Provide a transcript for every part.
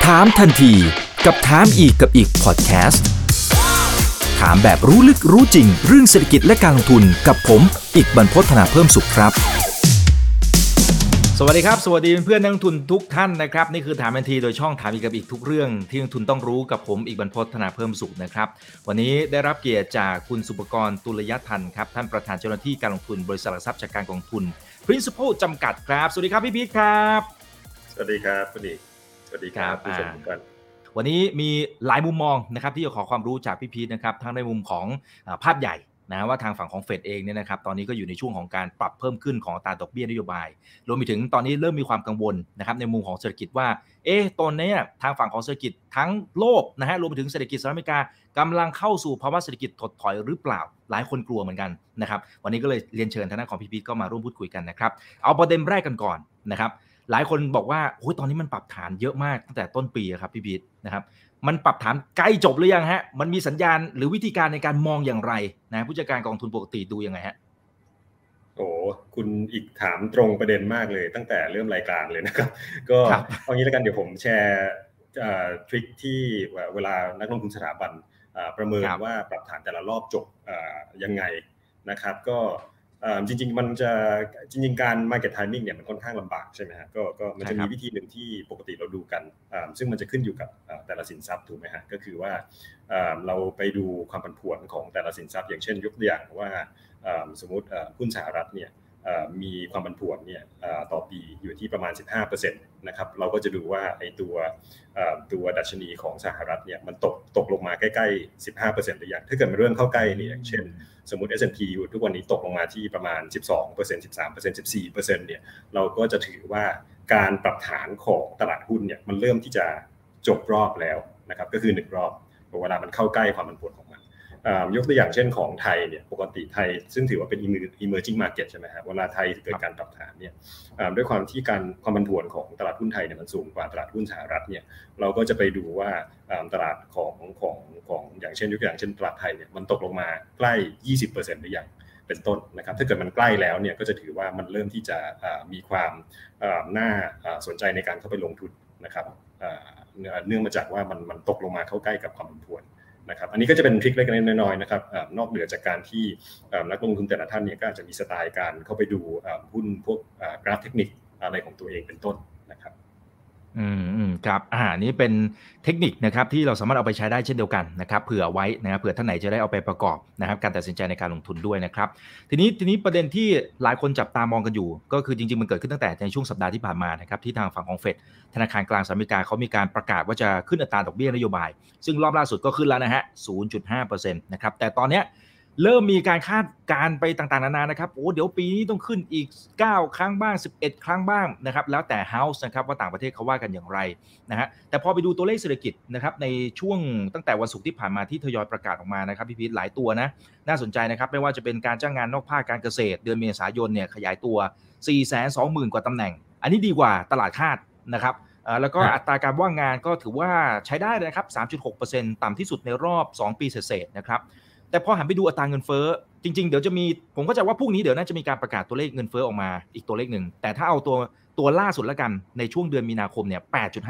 ถามทันทีกับถามอีกกับอีกพอดแคสต์ถามแบบรู้ลึกรู้จริงเรื่องเศรษฐกิจและการลงทุนกับผมอีกบรรพต ธนาเพิ่มสุขครับสวัสดีครับสวัสดีเพื่อนนักลงทุนทุกท่านนะครับนี่คือถามทันทีโดยช่องถามอีกกับอีกทุกเรื่องที่นักลงทุนต้องรู้กับผมอีกบรรพต ธนาเพิ่มสุขนะครับวันนี้ได้รับเกียรติจากคุณสุปกรณ์ตุลยทันครับท่านประธานเจ้าหน้าที่การลงทุนบริษัทหลักทรัพย์จัดการกองทุน Principal จำกัดครับสวัสดีครับพี่พีทครับสวัสดีครับคุณอีกสวัสดีครับผู้ชมทุกท่านวันนี้มีหลายมุมมองนะครับที่จะขอความรู้จากพี่พีทนะครับทั้งในมุมของภาพใหญ่นะว่าทางฝั่งของเฟดเองเนี่ยนะครับตอนนี้ก็อยู่ในช่วงของการปรับเพิ่มขึ้นของอัตราดอกเบี้ยนโยบายรวมไปถึงตอนนี้เริ่มมีความกังวลนะครับในมุมของเศรษฐกิจว่าตอนนี้ทางฝั่งของเศรษฐกิจทั้งโลกนะฮะรวมไปถึงเศรษฐกิจสหรัฐอเมริกากำลังเข้าสู่ภาวะเศรษฐกิจถดถอยหรือเปล่าหลายคนกลัวเหมือนกันนะครับวันนี้ก็เลยเรียนเชิญทางด้านของพี่พีทก็มาร่วมพูดคุยกันนะครับเอาประเด็นแรกกันก่อนนะครับหลายคนบอกว่าโอ้ยตอนนี้มันปรับฐานเยอะมากตั้งแต่ต้นปีครับพี่พีทนะครับมันปรับฐานใกล้จบหรือยังฮะมันมีสัญญาณหรือวิธีการในการมองอย่างไรนะผู้จัดการกองทุนปกติดูยังไงฮะโอ้คุณอีกถามตรงประเด็นมากเลยตั้งแต่เริ่มรายการเลยนะครับก็เอางี้แล้วกันเดี๋ยวผมแชร์ทริคที่เวลานักลงทุนสถาบันประเมินว่าปรับฐานแต่ละรอบจบยังไงนะครับก็จริงๆมันจะจริงๆการ market timing เนี่ยมันค่อนข้างลำบากใช่ไหมฮะก็มันจะมีวิธีหนึ่งที่ปกติเราดูกันซึ่งมันจะขึ้นอยู่กับแต่ละสินทรัพย์ถูกไหมฮะก็คือว่าเราไปดูความผันผวนของแต่ละสินทรัพย์อย่างเช่นยกตัวอย่างว่าสมมุติหุ้นสหรัฐเนี่ยมีความผันผวนเนี่ยต่อปีอยู่ที่ประมาณ 15% นะครับเราก็จะดูว่าไอ้ตัวดัชนีของสหรัฐเนี่ยมันตกลงมาใกล้ๆ 15% หรือยังถ้าเกิดมันเริ่มเข้าใกล้เนี่ยอย่างเช่นสมมุติ S&P ทุกวันนี้ตกลงมาที่ประมาณ 12% 13% 14% เนี่ยเราก็จะถือว่าการปรับฐานของตลาดหุ้นเนี่ยมันเริ่มที่จะจบรอบแล้วนะครับก็คือ1รอบเวลามันเข้าใกล้ความผันผวนของมันยกตัวอย่างเช่นของไทยเนี่ยปกติไทยซึ่งถือว่าเป็น emerging market ใช่ไหมครับเวลาไทยเกิดการปรับฐานเนี่ยด้วยความที่ความผันผวนของตลาดหุ้นไทยเนี่ยมันสูงกว่าตลาดหุ้นสหรัฐเนี่ยเราก็จะไปดูว่าตลาดของอย่างเช่นยกตัวอย่างเช่นตลาดไทยเนี่ยมันตกลงมาใกล้ 20% หรือยังเป็นต้นนะครับถ้าเกิดมันใกล้แล้วเนี่ยก็จะถือว่ามันเริ่มที่จะมีความน่าสนใจในการเข้าไปลงทุนนะครับเนื่องมาจากว่ามันตกลงมาเข้าใกล้กับความผันผวนนะครับอันนี้ก็จะเป็นทริคเล็กๆน้อยๆนะครับนอกเหนือจากการที่นักลงทุนแต่ละท่านเนี่ยก็อาจจะมีสไตล์การเข้าไปดูหุ้นพวกกราฟเทคนิคอะไรของตัวเองเป็นต้นนะครับครับนี่เป็นเทคนิคนะครับที่เราสามารถเอาไปใช้ได้เช่นเดียวกันนะครับเผื่อไว้นะครับเผื่อท่านไหนจะได้เอาไปประกอบนะครับการตัดสินใจในการลงทุนด้วยนะครับทีนี้ประเด็นที่หลายคนจับตามองกันอยู่ก็คือจริงๆมันเกิดขึ้นตั้งแต่ในช่วงสัปดาห์ที่ผ่านมานะครับที่ทางฝั่งของเฟดธนาคารกลางสหรัฐอเมริกาเขามีการประกาศว่าจะขึ้นอัตราดอกเบี้ยนโยบายซึ่งรอบล่าสุดก็ขึ้นแล้วนะฮะ 0.5% นะครับแต่ตอนเนี้ยเริ่มมีการคาดการไปต่างๆนานานะครับเดี๋ยวปีนี้ต้องขึ้นอีก9ครั้งบ้าง11ครั้งบ้างนะครับแล้วแต่ House นะครับว่าต่างประเทศเขาว่ากันอย่างไรนะฮะแต่พอไปดูตัวเลขเศรษฐกิจนะครับในช่วงตั้งแต่วันศุกร์ที่ผ่านมาที่ทยอยประกาศออกมานะครับพี่พีทหลายตัวนะน่าสนใจนะครับไม่ว่าจะเป็นการจ้างงานนอกภาคการเกษตรเดือนเมษายนเนี่ยขยายตัว 420,000 กว่าตำแหน่งอันนี้ดีกว่าตลาดคาดนะครับแล้วก็อัตราการว่างงานก็ถือว่าใช้ได้นะครับ 3.6% ต่ำที่สุดในรอบ2ปีเศษๆนะครับแต่พอหันไปดูอัตราเงินเฟ้อจริงๆเดี๋ยวจะมีผมก็จะว่าพรุ่งนี้เดี๋ยวน่าจะมีการประกาศตัวเลขเงินเฟ้อออกมาอีกตัวเลขหนึ่งแต่ถ้าเอาตัวล่าสุดแล้วกันในช่วงเดือนมีนาคมเนี่ย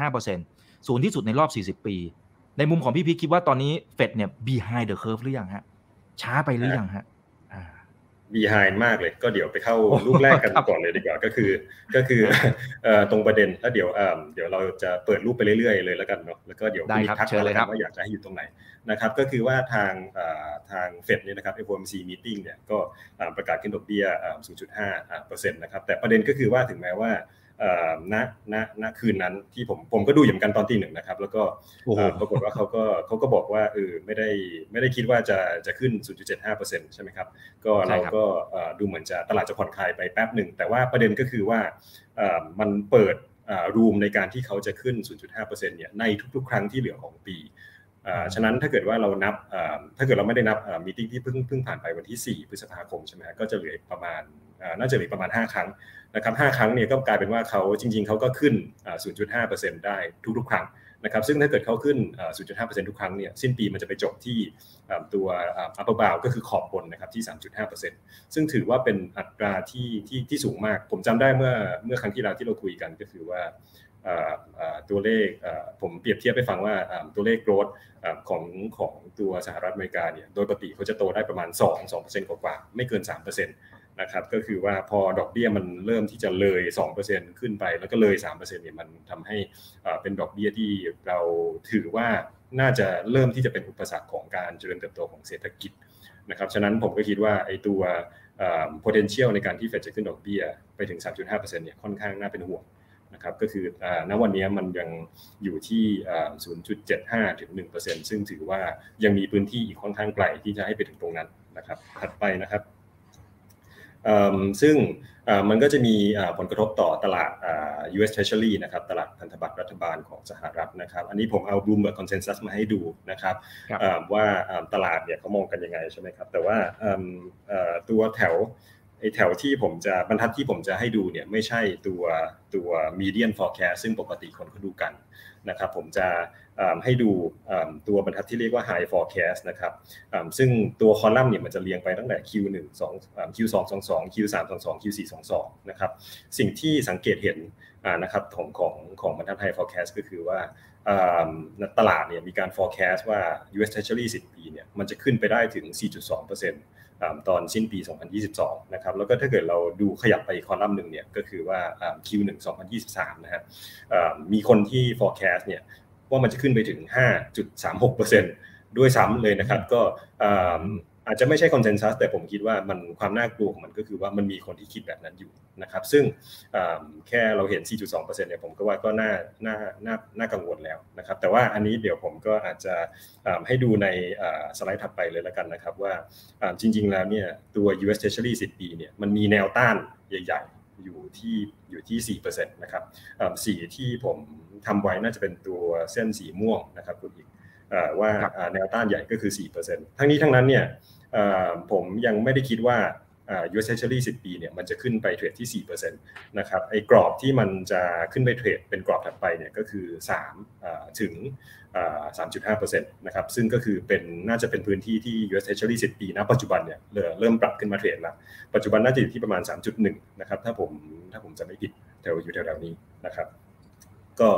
8.5% สูงที่สุดในรอบ40ปีในมุมของพี่พีทคิดว่าตอนนี้เฟดเนี่ย behind the curve หรือยังฮะช้าไปหรือยังฮะ behind มากเลยก็เดี๋ยวไปเข้าลูกแรกกันก่อนเลยดีกว่าก็คือตรงประเด็นแล้วเดี๋ยวเราจะเปิดรูปไปเรื่อยๆเลยแล้วกันเนาะแล้วก็เดี๋ยวคุณทักมาเลยครับว่าอยากจะให้อยู่ตรงไหนนะครับก็คือว่าทางเฟดเนี่ยนะครับ FOMC meeting เนี่ยก็ประกาศขึ้นดอกเบี้ย 0.5% นะครับแต่ประเด็นก็คือว่าถึงแม้ว่าณคืนนั้นที่ผมก็ดูอยู่เหมือนกันตอนตีหนึ่งนะครับแล้วก็ปรากฏว่าเขาก็บอกว่าไม่ได้คิดว่าจะขึ้น 0.75% ใช่ไหมครับก็เราก็ดูเหมือนจะตลาดจะผ่อนคลายไปแป๊บหนึ่งแต่ว่าประเด็นก็คือว่ามันเปิดรูมในการที่เขาจะขึ้น 0.5% เนี่ยในทุกๆครั้งที่เหลือของปีฉะนั้นถ้าเกิดว่าเรานับถ้าเกิดเราไม่ได้นับมีติ้งที่เพิ่งผ่านไปวันที่4พฤษภาคมใช่ไหมก็จะเหลือประมาณน่าจะเหลือประมาณ5ครั้งนะครับ5ครั้งเนี่ยก็กลายเป็นว่าเขาจริงๆเขาก็ขึ้น 0.5% ได้ทุกๆครั้งนะครับซึ่งถ้าเกิดเขาขึ้น 0.5% ทุกครั้งเนี่ยสิ้นปีมันจะไปจบที่ตัว upper bound ก็คือขอบบนนะครับที่ 3.5% ซึ่งถือว่าเป็นอัตราที่สูงมากผมจำได้เมื่อครั้งที่เราคุยกันก็คือว่าตัวเลขผมเปรียบเทียบให้ฟังว่าตัวเลข growth ของตัวสหรัฐอเมริกาเนี่ยโดยปกติเขาจะโตได้ประมาณ 2% กว่าๆไม่เกิน 3%นะครับก็คือว่าพอดอกเบี้ยมันเริ่มที่จะเลย 2% ขึ้นไปแล้วก็เลย 3% เนี่ยมันทำให้เป็นดอกเบี้ยที่เราถือว่าน่าจะเริ่มที่จะเป็นอุปสรรคของการเจริญเติบโตของเศรษฐกิจนะครับฉะนั้นผมก็คิดว่าไอ้ตัว potential ในการที่เฟดจะขึ้นดอกเบี้ยไปถึง 3.5% เนี่ยค่อนข้างน่าเป็นห่วงนะครับก็คือณวันนี้มันยังอยู่ที่ 0.75 ถึง 1% ซึ่งถือว่ายังมีพื้นที่อีกค่อนข้างไกลที่จะให้ไปถึงตรงนั้นนะครับถัดไปนะครับซึ่งมันก็จะมีผลกระทบต่อตลาดUS Treasury นะครับตลาดพันธบัตรรัฐบาลของสหรัฐนะครับอันนี้ผมเอา Bloomberg Consensus มาให้ดูนะครับว่าตลาดเนี่ยเขามองกันยังไงใช่ไหมครับแต่ว่าตัวแถวที่ผมจะบรรทัดที่ผมจะให้ดูเนี่ยไม่ใช่ตัว median forecast ซึ่งปกติคนเขาดูกันนะครับผมจะให้ดูตัวบรรทัดที่เรียกว่า high forecast นะครับซึ่งตัวคอลัมน์เนี่ยมันจะเรียงไปตั้งแต่ Q1 2 Q2 22 Q3 22 Q4 22นะครับสิ่งที่สังเกตเห็นนะครับของบรรทัด high forecast ก็คือว่าตลาดเนี่ยมีการ forecast ว่า US Treasury 10 ปีเนี่ยมันจะขึ้นไปได้ถึง 4.2%ตอนสิ้นปี 2022 นะครับแล้วก็ถ้าเกิดเราดูขยับไปคอลัมน์นึงเนี่ยก็คือว่า Q1 2023 นะฮะมีคนที่ forecast เนี่ยว่ามันจะขึ้นไปถึง 5.36% ด้วยซ้ำเลยนะครับก็อาจจะไม่ใช่คอนเซนแซสแต่ผมคิดว่ามันความน่ากลัวของมันก็คือว่ามันมีคนที่คิดแบบนั้นอยู่นะครับซึ่งแค่เราเห็น 4.2% เนี่ยผมก็ว่าก็น่ากังวลแล้วนะครับแต่ว่าอันนี้เดี๋ยวผมก็อาจจะให้ดูในสไลด์ถัดไปเลยแล้วกันนะครับว่าจริงๆแล้วเนี่ยตัว US Treasury 10 ปีเนี่ยมันมีแนวต้านใหญ่ๆอยู่ที่ 4% นะครับสีที่ผมทำไว้น่าจะเป็นตัวเส้นสีม่วงนะครับคุณอีกว่าแนวต้านใหญ่ก็คือ 4% ทั้งนี้ทั้งนั้นเนี่ยผมยังไม่ได้คิดว่า US Treasury 10 ปีเนี่ยมันจะขึ้นไปเทรดที่ 4% นะครับไอ้กรอบที่มันจะขึ้นไปเทรดเป็นกรอบถัดไปเนี่ยก็คือ3ถึง3.5% นะครับซึ่งก็คือน่าจะเป็นพื้นที่ที่ US Treasury 10 ปีณปัจจุบันเนี่ยเริ่มปรับขึ้นมาเทรดแล้วปัจจุบันน่าจะอยู่ที่ประมาณ 3.1 นะครับถ้าผมจะไม่ผิดอยู่แถวๆนี้นะครับก็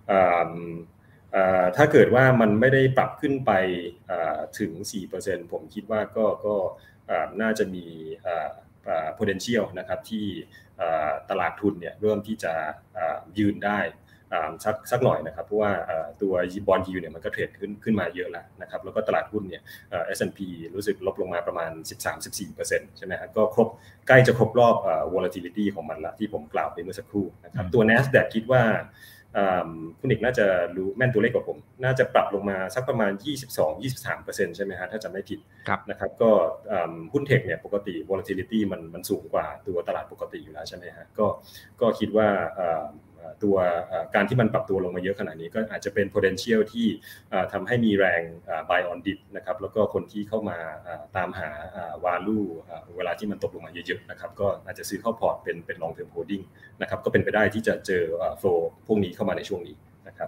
ถ้าเกิดว่ามันไม่ได้ปรับขึ้นไปถึง 4% ผมคิดว่าก็น่าจะมีpotential นะครับที่ตลาดทุนเนี่ยเริ่มที่จะยืนได้สักหน่อยนะครับเพราะว่าตัวบอนด์ยิลด์เนี่ยมันก็เทรดขึ้นมาเยอะแล้วนะครับแล้วก็ตลาดหุ้นเนี่ยS&P รู้สึกลบลงมาประมาณ 13-14% ใช่ไหมครับก็ใกล้จะครบรอบ volatility ของมันละที่ผมกล่าวไปเมื่อสักครู่นะครับตัว NASDAQ คิดว่าคุณเอกน่าจะรู้แม่นตัวเลขกว่าผมน่าจะปรับลงมาสักประมาณ 22-23% ใช่ไหมฮะถ้าจำไม่ผิดนะครับก็หุ้นเทคเนี่ยปกติ volatility มันสูงกว่าตัวตลาดปกติอยู่แล้วใช่ไหมฮะก็คิดว่าตัวการที่มันปรับตัวลงมาเยอะขนาดนี้ก็อาจจะเป็น potential ที่ทำให้มีแรง buy on dip นะครับแล้วก็คนที่เข้ามาตามหา value เวลาที่มันตกลงมาเยอะๆนะครับก็อาจจะซื้อเข้าพอร์ตเป็น long term holding นะครับก็เป็นไปได้ที่จะเจอ flow พวกนี้เข้ามาในช่วงนี้นะครับ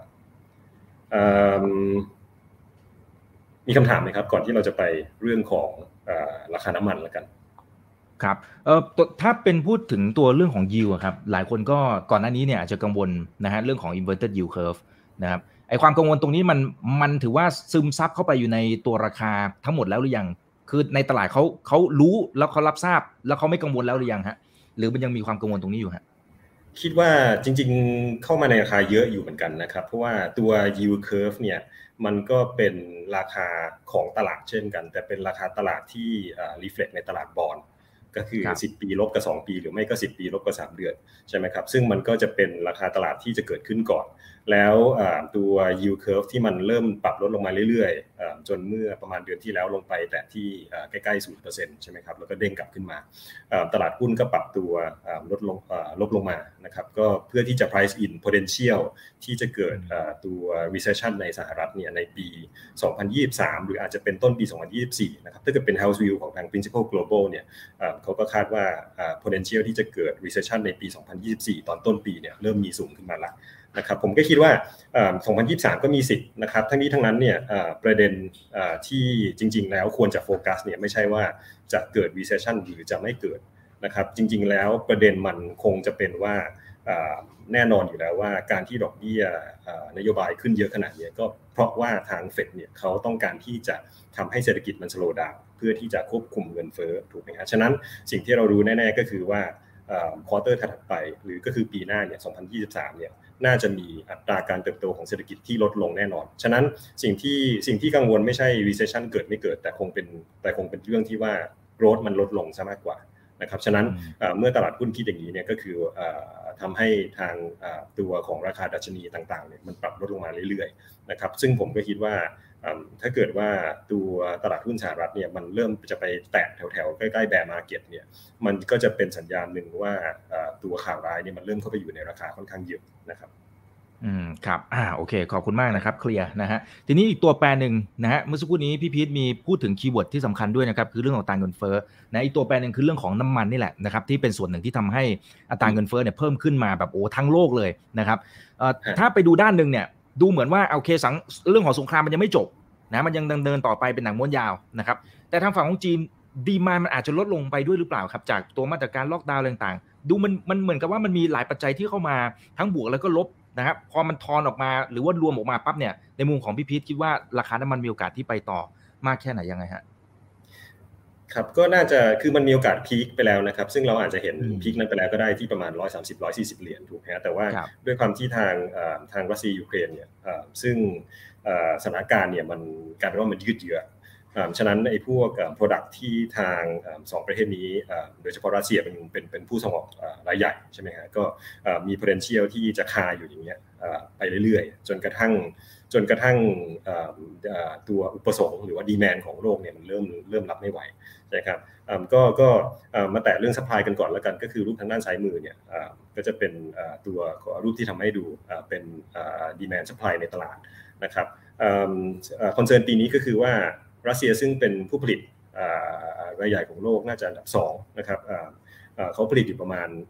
มีคำถามไหมครับก่อนที่เราจะไปเรื่องของราคาน้ำมันแล้วกันครับถ้าเป็นพูดถึงตัวเรื่องของ yield ครับหลายคนก็ก่อนหน้านี้เนี่ยอาจจะกังวลนะฮะเรื่องของ inverted yield curve นะครับไอความกังวลตรงนี้มันถือว่าซึมซับเข้าไปอยู่ในตัวราคาทั้งหมดแล้วหรือยังคือในตลาดเขารู้แล้วเขารับทราบแล้วเขาไม่กังวลแล้วหรือยังฮะหรือมันยังมีความกังวลตรงนี้อยู่ฮะคิดว่าจริงๆเข้ามาในราคาเยอะอยู่เหมือนกันนะครับเพราะว่าตัว yield curve เนี่ยมันก็เป็นราคาของตลาดเช่นกันแต่เป็นราคาตลาดที่reflect ในตลาดบอนด์ก็คือ10ปีลบกับ2ปีหรือไม่ก็10ปีลบกับ3เดือนใช่ไหมครับซึ่งมันก็จะเป็นราคาตลาดที่จะเกิดขึ้นก่อนแล้วตัว yield curve ที่มันเริ่มปรับลดลงมาเรื่อยๆจนเมื่อประมาณเดือนที่แล้วลงไปแต่ที่ใกล้ๆ 0% ใช่ไหมครับแล้วก็เด้งกลับขึ้นมาตลาดหุ้นก็ปรับตัวลบลงมานะครับก็เพื่อที่จะ price in potential ที่จะเกิดตัว recession ในสหรัฐเนี่ยในปี 2023 หรืออาจจะเป็นต้นปี 2024 นะครับถ้าเกิดเป็น house view ของทาง principal global เนี่ยเขาก็คาดว่าpotential ที่จะเกิด recession ในปี 2024 ตอนต้นปีเนี่ยเริ่มมีสูงขึ้นมาแล้วนะครับผมก็คิดว่า2023 ก็มีสิทธิ์นะครับทั้งนี้ทั้งนั้นเนี่ยประเด็นที่จริงๆแล้วควรจะโฟกัสเนี่ยไม่ใช่ว่าจะเกิด recession หรือจะไม่เกิดนะครับจริงๆแล้วประเด็นมันคงจะเป็นว่าแน่นอนอยู่แล้วว่าการที่ดอกเบี้ยนโยบายขึ้นเยอะขนาดนี้ก็เพราะว่าทางเฟดเนี่ยเขาต้องการที่จะทำให้เศรษฐกิจมันสโลว์ดาวน์เพื่อที่จะควบคุมเงินเฟ้อถูกไหมครับฉะนั้นสิ่งที่เรารู้แน่ๆก็คือว่าควอเตอร์ถัดไปหรือก็คือปีหน้าเนี่ย2023เนี่ยน่าจะมีอัตราการเติบโตของเศรษฐกิจที่ลดลงแน่นอนฉะนั้นสิ่งที่กังวลไม่ใช่ recession เกิดไม่เกิดแต่คงเป็นเรื่องที่ว่า growth มันลดลงซะมากกว่านะครับฉะนั้นเมื่อตลาดหุ้นคิดอย่างนี้เนี่ยก็คือทำให้ทางตัวของราคาดัชนีต่างๆเนี่ยมันปรับลดลงมาเรื่อยๆนะครับซึ่งผมก็คิดว่าถ้าเกิดว่าตัวตลาดหุ้นสหรัฐเนี่ยมันเริ่มจะไปแตะแถวๆใกล้ๆแบร์มาร์เก็ตเนี่ยมันก็จะเป็นสัญญาณหนึ่งว่าตัวข่าวร้ายเนี่ยมันเริ่มเข้าไปอยู่ในราคาค่อนข้างเยอะนะครับครับโอเคขอบคุณมากนะครับเคลียร์นะฮะทีนี้อีกตัวแปรหนึ่งนะฮะเมื่อสักครู่นี้พี่พีทมีพูดถึงคีย์เวิร์ดที่สำคัญด้วยนะครับคือเรื่องของอัตราเงินเฟ้อนะอีกตัวแปรหนึ่งคือเรื่องของน้ำมันนี่แหละนะครับที่เป็นส่วนหนึ่งที่ทำให้อัตราเงินเฟ้อเนี่ยเพิ่มขึ้นมาแบบทั้งโลกเลยนะครับถ้าไปดูด้านหนึ่งเนี่ยดูเหมือนว่าโอเคเรื่องของสงครามมันยังไม่จบนะมันยังดำเนินต่อไปเป็นหนังม้วนยาวนะครับแต่ทางฝั่งของจีนดีมานด์มันอาจจะลดลงไปด้วยหรือเปล่าครับจากตัวมาตรการล็อกดาวน์ต่างๆดูมันเหมือนกับว่ามันมีหลายปัจจัยที่เข้ามาทั้งบวกแล้วก็ลบนะครับพอมันทอนออกมาหรือว่ารวมออกมาปั๊บเนี่ยในมุมของพี่พีทคิดว่าราคาน้ำมันมีโอกาสที่ไปต่อมากแค่ไหนยังไงฮะครับก็น่าจะคือมันมีโอกาสพีคไปแล้วนะครับซึ่งเราอาจจะเห็นพีคนั้นไปแล้วก็ได้ที่ประมาณ130-140เหรียญถูกไหมฮะแต่ว่าด้วยความที่ทางรัสเซียยูเครนเนี่ยซึ่งสถานการณ์เนี่ยมันกลายเป็นว่ามันยืดเยื้อฉะนั้นไอ้พวก product ที่ทาง2ประเทศนี้โดยเฉพาะรัสเซียเป็นผู้ส่งออกรายใหญ่ใช่ไหมฮะก็มี potential ที่จะคาอยู่อย่างเงี้ยไปเรื่อยๆจนกระทั่งตัวอุปสงค์หรือว่า demand ของโลกเนี่ยมันเริ่มรับไม่ไหวใช่ครับก็มาแตะเรื่อง supply กันก่อนแล้วกันก็คือรูปทางด้านซ้ายมือเนี่ยก็จะเป็นตัวรูปที่ทำให้ดูเป็นdemand supply ในตลาดนะครับคอนเซิร์นปีนี้ก็คือว่ารัสเซียซึ่งเป็นผู้ผลิตรายใหญ่ของโลกน่าจะอันดับ2นะครับเขาผลิตอยู่ประมาณ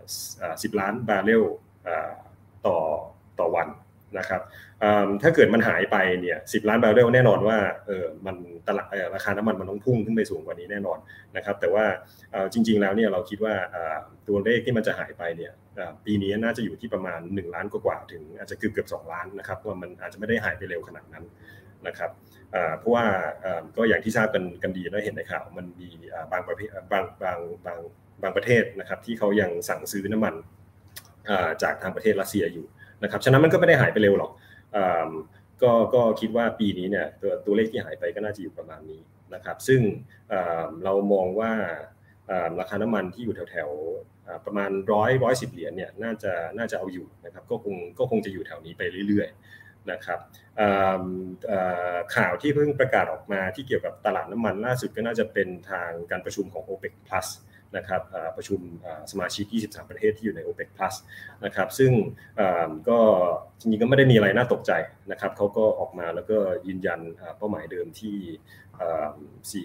10 ล้านบาร์เรลต่อวันนะครับถ้าเกิดมันหายไปเนี่ย10 ล้านบาร์เรลแน่นอนว่ามันตลาดราคาน้ำมันต้องพุ่งขึ้นไปสูงกว่านี้แน่นอนนะครับแต่ว่าจริงๆแล้วเนี่ยเราคิดว่าตัวเลขที่มันจะหายไปเนี่ยปีนี้น่าจะอยู่ที่ประมาณ1 ล้านกว่าถึงอาจจะเกือบ2 ล้านนะครับว่ามันอาจจะไม่ได้หายไปเร็วขนาดนั้นนะครับเพราะว่าก็อย่างที่ทราบกันดีและเห็นในข่าวมันมีบางประเภทบางประเทศนะครับที่เขายังสั่งซื้อน้ำมันจากทางประเทศรัสเซียอยู่นะครับฉะนั้นมันก็ไม่ได้หายไปเร็วหรอกก็คิดว่าปีนี้เนี่ยตัวเลขที่หายไปก็น่าจะอยู่ประมาณนี้นะครับซึ่งเรามองว่าราคาน้ำมันที่อยู่แถวๆประมาณ110 เหรียญเนี่ยน่าจะเอาอยู่นะครับก็คงจะอยู่แถวนี้ไปเรื่อยๆนะครับข่าวที่เพิ่งประกาศออกมาที่เกี่ยวกับตลาดน้ำมันล่าสุดก็น่าจะเป็นทางการประชุมของ OPEC Plus นะครับประชุมสมาชิก23ประเทศที่อยู่ใน OPEC Plus นะครับซึ่งก็จริงๆก็ไม่ได้มีอะไรน่าตกใจนะครับเขาก็ออกมาแล้วก็ยืนยันเป้าหมายเดิมที่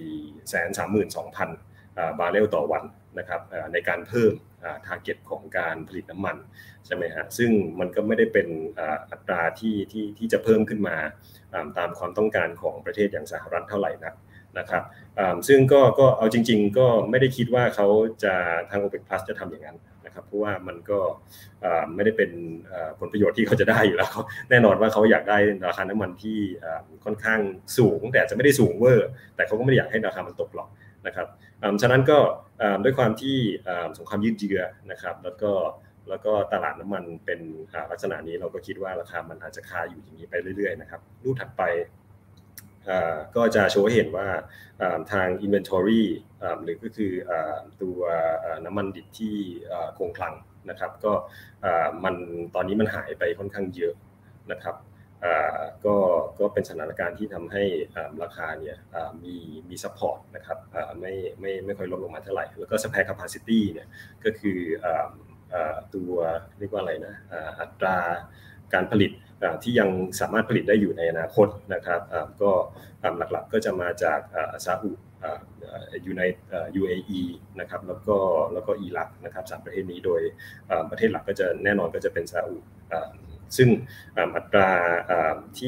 432,000 บาร์เรลต่อวันนะครับในการเพิ่มtarget ของการผลิตน้ำมันใช่ไหมฮะซึ่งมันก็ไม่ได้เป็นอัตราที่จะเพิ่มขึ้นมาตามความต้องการของประเทศอย่างสหรัฐเท่าไหร่นะครับซึ่งก็เอาจริงๆก็ไม่ได้คิดว่าเขาจะทาง OPEC Plus จะทำอย่างนั้นนะครับเพราะว่ามันก็ไม่ได้เป็นผลประโยชน์ที่เขาจะได้อยู่แล้วแน่นอนว่าเขาอยากได้ราคาน้ำมันที่ค่อนข้างสูงแต่จะไม่ได้สูงเวอร์แต่เขาก็ไม่ได้อยากให้ราคามันตกหรอกนะครับฉะนั้นก็ด้วยความที่สงครามยืดเยื้อนะครับแล้วก็ตลาดน้ำมันเป็นลักษณะนี้เราก็คิดว่าราคามันอาจจะคาอยู่อย่างนี้ไปเรื่อยๆนะครับรูปถัดไปก็จะโชว์ให้เห็นว่าทาง inventory หรือก็คือตัวน้ำมันดิบที่คงคลังนะครับก็ตอนนี้มันหายไปค่อนข้างเยอะนะครับก็เป็นสถานการณ์ที่ทำให้ราคาเนี่ยมี support นะครับไม่ค่อยลดลงมาเท่าไหร่แล้วก็ spare capacity เนี่ยก็คือตัวเรียกว่าอะไรนะอัตราการผลิตที่ยังสามารถผลิตได้อยู่ในอนาคตนะครับก็หลักๆก็จะมาจากซาอุอยู่ใน UAE นะครับแล้วก็อิรักนะครับ3ประเทศนี้โดยประเทศหลักก็จะแน่นอนก็จะเป็นซาอุซึ่งอัตราที่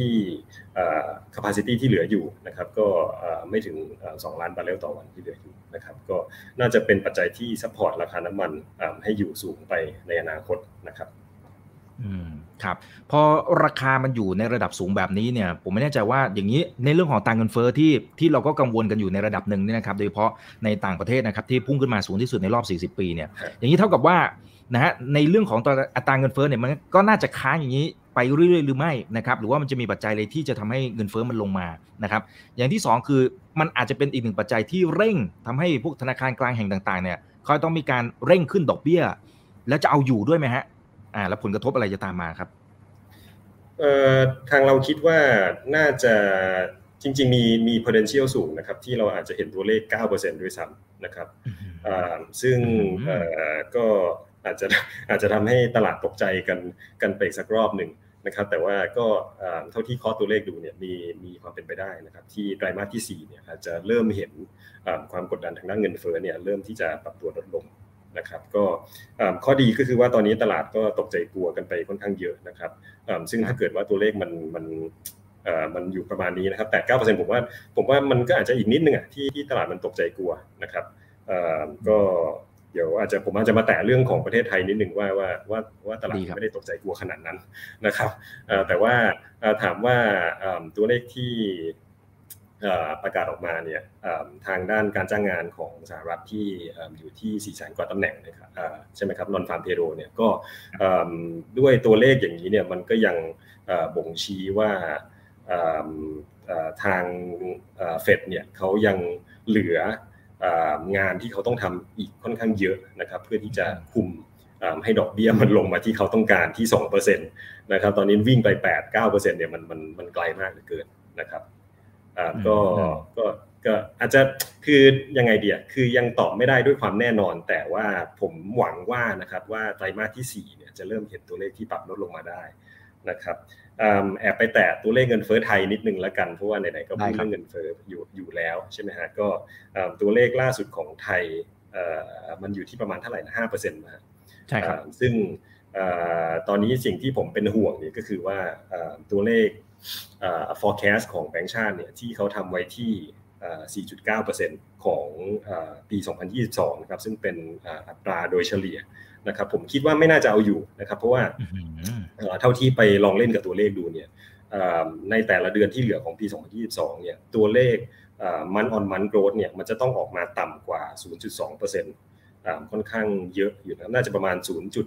capacity ที่เหลืออยู่นะครับก็ไม่ถึง2 ล้านบาร์เรลต่อวันที่เหลืออยู่นะครับก็น่าจะเป็นปัจจัยที่ support ราคาน้ำมันให้อยู่สูงไปในอนาคตนะครับครับพอราคามันอยู่ในระดับสูงแบบนี้เนี่ยผมไม่แน่ใจว่าอย่างนี้ในเรื่องของเงินเฟ้อที่เราก็กังวลกันอยู่ในระดับหนึ่งเนี่ยนะครับโดยเฉพาะในต่างประเทศนะครับที่พุ่งขึ้นมาสูงที่สุดในรอบ40 ปีเนี่ยอย่างนี้เท่ากับว่านะฮะในเรื่องของอัตราเงินเฟ้อเนี่ยมันก็น่าจะค้างอย่างนี้ไปเรื่อยๆหรือไม่นะครับหรือว่ามันจะมีปัจจัยอะไรที่จะทำให้เงินเฟ้อมันลงมานะครับอย่างที่2คือมันอาจจะเป็นอีกหนึ่งปัจจัยที่เร่งทำให้พวกธนาคารกลางแห่งต่างๆเนี่ยเขาต้องมีการเร่งขึ้นดอกเบี้ยแล้วจะเอาอยู่ด้วยไหมฮะแล้วผลกระทบอะไรจะตามมาครับทางเราคิดว่าน่าจะจริงๆมี potential สูงนะครับที่เราอาจจะเห็นตัวเลข 9% ด้วยซ้ำนะครับซึ่งก็อาจจะทำให้ตลาดตกใจกันไปสักรอบหนึ่งนะครับแต่ว่าก็เท่าที่เคาะตัวเลขดูเนี่ยมีความเป็นไปได้นะครับที่ไตรมาสที่4เนี่ยอาจจะเริ่มเห็นความกดดันทางด้านเงินเฟ้อเนี่ยเริ่มที่จะปรับตัวลดลงนะครับก็ข้อดีก็คือว่าตอนนี้ตลาดก็ตกใจกลัวกันไปค่อนข้างเยอะนะครับซึ่งถ้าเกิดว่าตัวเลขมันอยู่ประมาณนี้นะครับแต่ 9% ผมว่ามันก็อาจจะอีกนิดนึงที่ตลาดมันตกใจกลัวนะครับก็เดี๋ยวผมอาจจะมาแตะเรื่องของประเทศไทยนิดนึงว่าตลาดไม่ได้ตกใจกลัวขนาดนั้นนะครับแต่ว่าถามว่าตัวเลขที่ประกาศออกมาเนี่ยทางด้านการจ้างงานของสหรัฐที่อยู่ที่400,000 กว่าตำแหน่งนะครับใช่ไหมครับนอนฟาร์มเพโรเนี่ยก็ด้วยตัวเลขอย่างนี้เนี่ยมันก็ยังบ่งชี้ว่าทางเฟดเนี่ยเขายังเหลืองานที่เขาต้องทำอีกค่อนข้างเยอะนะครับเพื่อที่จะคุมให้ดอกเบี้ยมันลงมาที่เขาต้องการที่ 2% นะครับตอนนี้วิ่งไป 8-9% เนี่ยมันไกลมากเหลือเกินนะครับก็อาจจะคือยังไงดีคือยังตอบไม่ได้ด้วยความแน่นอนแต่ว่าผมหวังว่านะครับว่าไตรมาสที่4เนี่ยจะเริ่มเห็นตัวเลขที่ปรับลดลงมาได้นะครับแอบไปแตะตัวเลขเงินเฟ้อไทยนิดนึงละกันเพราะว่าไหนๆก็พูดเรื่องเงินเฟ้ออยู่แล้วใช่ไหมฮะก็ตัวเลขล่าสุดของไทยมันอยู่ที่ประมาณเท่าไหร่นะ 5% นะใช่ครับซึ่งตอนนี้สิ่งที่ผมเป็นห่วงเนี่ยก็คือว่าตัวเลขforecast ของแบงก์ชาติเนี่ยที่เขาทำไว้ที่ 4.9% ของปี 2022 นะครับซึ่งเป็นอัตราโดยเฉลี่ยนะครับผมคิดว่าไม่น่าจะเอาอยู่นะครับเพราะว่าเท่าที่ไปลองเล่นกับตัวเลขดูเนี่ยในแต่ละเดือนที่เหลือของปี 2022 เนี่ยตัวเลขmonth on month growth เนี่ยมันจะต้องออกมาต่ำกว่า 0.2% ค่อนข้างเยอะอยู่นะน่าจะประมาณ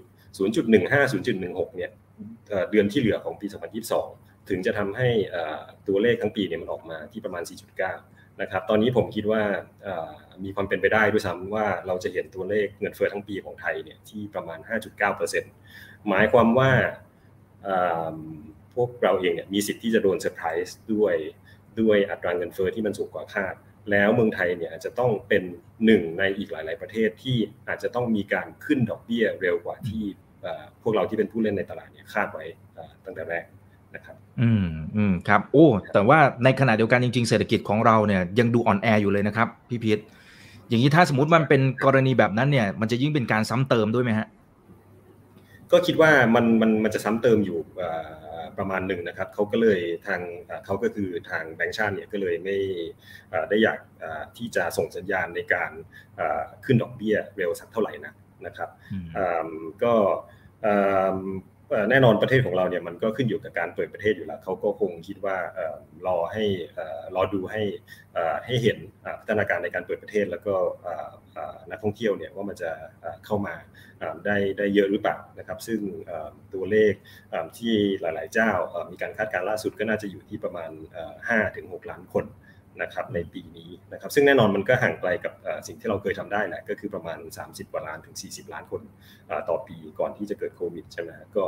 0.15-0.16 เนี่ยเดือนที่เหลือของปี 2022 ถึงจะทำให้ตัวเลขทั้งปีเนี่ยมันออกมาที่ประมาณ 4.9 นะครับตอนนี้ผมคิดว่ามีความเป็นไปได้ด้วยซ้ำว่าเราจะเห็นตัวเลขเงินเฟ้อทั้งปีของไทยเนี่ยที่ประมาณ 5.9% หมายความว่าพวกเราเองเนี่ยมีสิทธิ์ที่จะโดนเซอร์ไพรส์ด้วยอัตราเงินเฟ้อที่มันสูงกว่าคาดแล้วเมืองไทยเนี่ยอาจจะต้องเป็นหนึ่งในอีกหลายๆประเทศที่อาจจะต้องมีการขึ้นดอกเบี้ยเร็วกว่าที่พวกเราที่เป็นผู้เล่นในตลาดเนี่ยคาดไว้ตั้งแต่แรกนะครับครับโอ้แต่ว่าในขณะเดียวกันจริงๆเศรษฐกิจของเราเนี่ยยังดูอ่อนแออยู่เลยนะครับพี่พีทอย่างนี้ถ้าสมมติมันเป็นกรณีแบบนั้นเนี่ยมันจะยิ่งเป็นการซ้ำเติมด้วยไหมฮะก็คิดว่ามันจะซ้ำเติมอยู่ประมาณหนึ่งนะครับเขาก็เลยเขาก็คือทางแบงก์ชาติเนี่ยก็เลยไม่ได้อยากที่จะส่งสัญญาณในการขึ้นดอกเบี้ยเร็วสักเท่าไหร่นะครับก็แน่นอนประเทศของเราเนี่ยมันก็ขึ้นอยู่กับการเปิดประเทศอยู่แล้วเขาก็คงคิดว่ารอดูให้เห็นพัฒนาการในการเปิดประเทศแล้วก็นักท่องเที่ยวเนี่ยว่ามันจะเข้ามาได้เยอะหรือเปล่านะครับซึ่งตัวเลขที่หลายๆเจ้ามีการคาดการณ์ล่าสุดก็น่าจะอยู่ที่ประมาณ 5-6 ล้านคนนะครับในปีนี้นะครับซึ่งแน่นอนมันก็ห่างไกลกับสิ่งที่เราเคยทำได้แหละก็คือประมาณ30 กว่าล้านถึง40 ล้านคนต่อปีก่อนที่จะเกิดโควิดใช่ไหมก็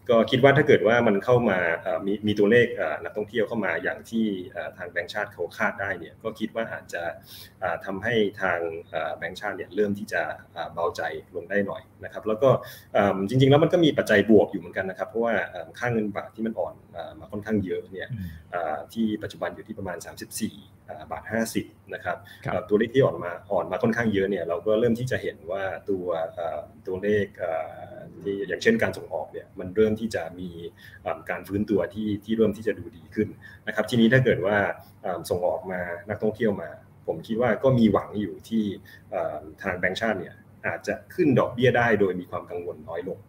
ก็คิดว่าถ้าเกิดว่ามันเข้ามามีตัวเลขนักท่องเที่ยวเข้ามาอย่างที่ทางแบงก์ชาติเขาคาดได้เนี่ยก็คิดว่าอาจจะทำให้ทางแบงก์ชาติเนี่ยเริ่มที่จะเบาใจลงได้หน่อยนะครับแล้วก็จริงๆแล้วมันก็มีปัจจัยบวกอยู่เหมือนกันนะครับเพราะว่าค่าเงินบาทที่มันอ่อนมาค่อนข้างเยอะเนี่ยที่ปัจจุบันอยู่ที่ประมาณ34.50 นะครับตัวเลขที่อ่อนมาค่อนข้างเยอะเนี่ยเราก็เริ่มที่จะเห็นว่าตัวเลขที่อย่างเช่นการส่งออกเนี่ยมันเริ่มที่จะมีการฟื้นตัวที่เริ่มที่จะดูดีขึ้นนะครับทีนี้ถ้าเกิดว่าส่งออกมานักท่องเที่ยวมาผมคิดว่าก็มีหวังอยู่ที่ทางแบงก์ชาติเนี่ยอาจจะขึ้นดอกเบี้ยได้โดยมีความกังวลน้อยลง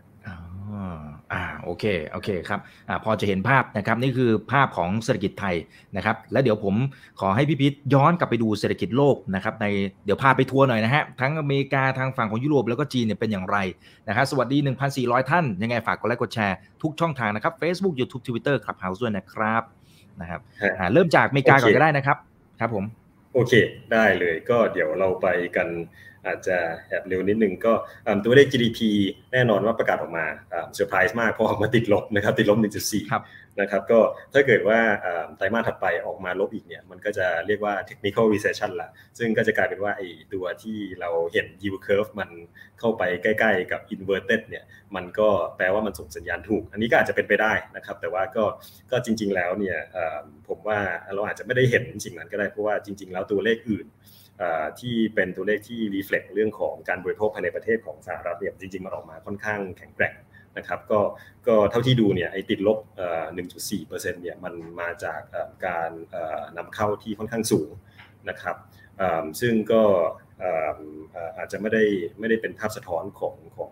โอเคครับพอจะเห็นภาพนะครับนี่คือภาพของเศรษฐกิจไทยนะครับแล้วเดี๋ยวผมขอให้พี่พิษย้อนกลับไปดูเศรษฐกิจโลกนะครับเดี๋ยวพาไปทัวร์หน่อยนะฮะทั้งอเมริกาทางฝั่งของยุโรปแล้วก็จีนเนี่ยเป็นอย่างไรนะครับสวัสดี 1,400 ท่านยังไงฝากกดไลค์กดแชร์ทุกช่องทางนะครับ Facebook YouTube Twitter Clubhouse ด้วยนะครับเริ่มจากอเมริกาก่อนก็ได้นะครับครับผมโอเคได้เลยก็เดี๋ยวเราไปกันอาจจะแอบเร็วนิดนึงก็ตัวเลข GDP แน่นอนว่าประกาศออกมาเซอร์ไพรส์มากเพราะออกมาติดลบนะครับติดลบ 1.4 นะครับก็ถ้าเกิดว่าไตรมาสถัดไปออกมาลบอีกเนี่ยมันก็จะเรียกว่า technical recession ละซึ่งก็จะกลายเป็นว่าไอ้ตัวที่เราเห็น yield curve มันเข้าไปใกล้ๆกับ inverted เนี่ยมันก็แปลว่ามันส่งสัญญาณถูกอันนี้ก็อาจจะเป็นไปได้นะครับแต่ว่าก็จริงๆแล้วเนี่ยผมว่าเราอาจจะไม่ได้เห็นสิ่งนั้นก็ได้เพราะว่าจริงๆแล้วตัวเลขอื่นที่เป็นตัวเลขที่ reflect เรื่องของการบริโภคภายในประเทศของสหรัฐเนี่ยจริงๆมันออกมาค่อนข้างแข็งแกร่งนะครับก็เท่าที่ดูเนี่ยไอ้ติดลบ 1.4% เนี่ยมันมาจากการนำเข้าที่ค่อนข้างสูงนะครับซึ่งก็อาจจะไม่ได้เป็นภาพสะท้อนของ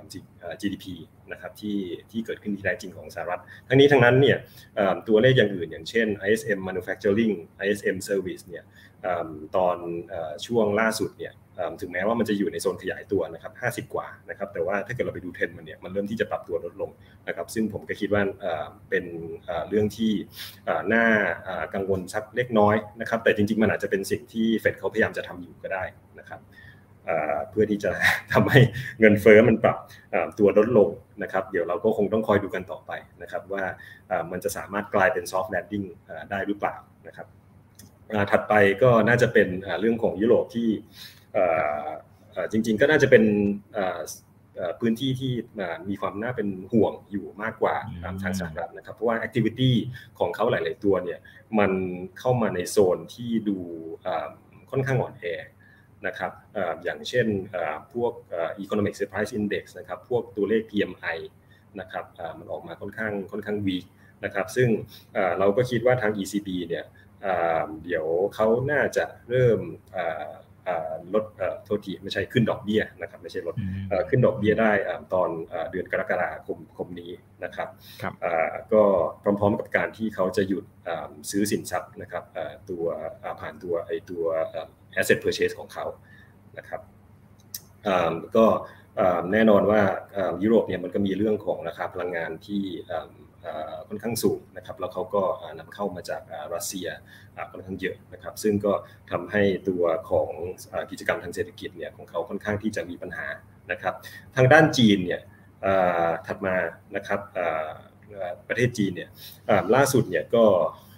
GDP นะครับที่เกิดขึ้นที่แท้จริงของสหรัฐทั้งนี้ทั้งนั้นเนี่ยตัวเลขอย่างอื่นอย่างเช่น ISM Manufacturing ISM Service เนี่ยตอนช่วงล่าสุดเนี่ยถึงแม้ว่ามันจะอยู่ในโซนขยายตัวนะครับ50กว่านะครับแต่ว่าถ้าเกิดเราไปดูเทรนด์มันเนี่ยมันเริ่มที่จะปรับตัวลดลงนะครับซึ่งผมก็คิดว่าเป็นเรื่องที่น่ากังวลสักเล็กน้อยนะครับแต่จริงๆมันอาจจะเป็นสิ่งที่เฟดเขาพยายามจะทำอยู่ก็ได้นะครับเพื่อที่จะทำให้เงินเฟ้อมันปรับตัวลดลงนะครับเดี๋ยวเราก็คงต้องคอยดูกันต่อไปนะครับว่ามันจะสามารถกลายเป็น soft landing ได้หรือเปล่านะครับถัดไปก็น่าจะเป็นเรื่องของยุโรปที่จริงๆก็น่าจะเป็นพื้นที่ที่มีความน่าเป็นห่วงอยู่มากกว่าทางสหรัฐนะครับเพราะว่า activity ของเขาหลายๆตัวเนี่ยมันเข้ามาในโซนที่ดูค่อนข้างอ่อนแอนะครับอย่างเช่นพวก economic surprise index นะครับพวกตัวเลข PMI นะครับมันออกมาค่อนข้าง weak นะครับซึ่งเราก็คิดว่าทาง ECB เนี่ยเดี๋ยวเขาน่าจะเริ่มลดโทษทีไม่ใช่ขึ้นดอกเบี้ยนะครับไม่ใช่ลดขึ้นดอกเบี้ยได้ตอนเดือนกรกฎาคมนี้นะครับก็พร้อมๆกับการที่เขาจะหยุดซื้อสินทรัพย์นะครับตัวผ่านตัว asset purchase ของเขานะครับก็แน่นอนว่ายุโรปเนี่ยมันก็มีเรื่องของราคาพลังงานที่ค่อนข้างสูงนะครับแล้วเขาก็นำเข้ามาจากรัสเซียค่อนข้างเยอะนะครับซึ่งก็ทำให้ตัวของกิจกรรมทางเศรษฐกิจเนี่ยของเขาค่อนข้างที่จะมีปัญหานะครับทางด้านจีนเนี่ยถัดมานะครับประเทศจีนเนี่ยล่าสุดเนี่ยก็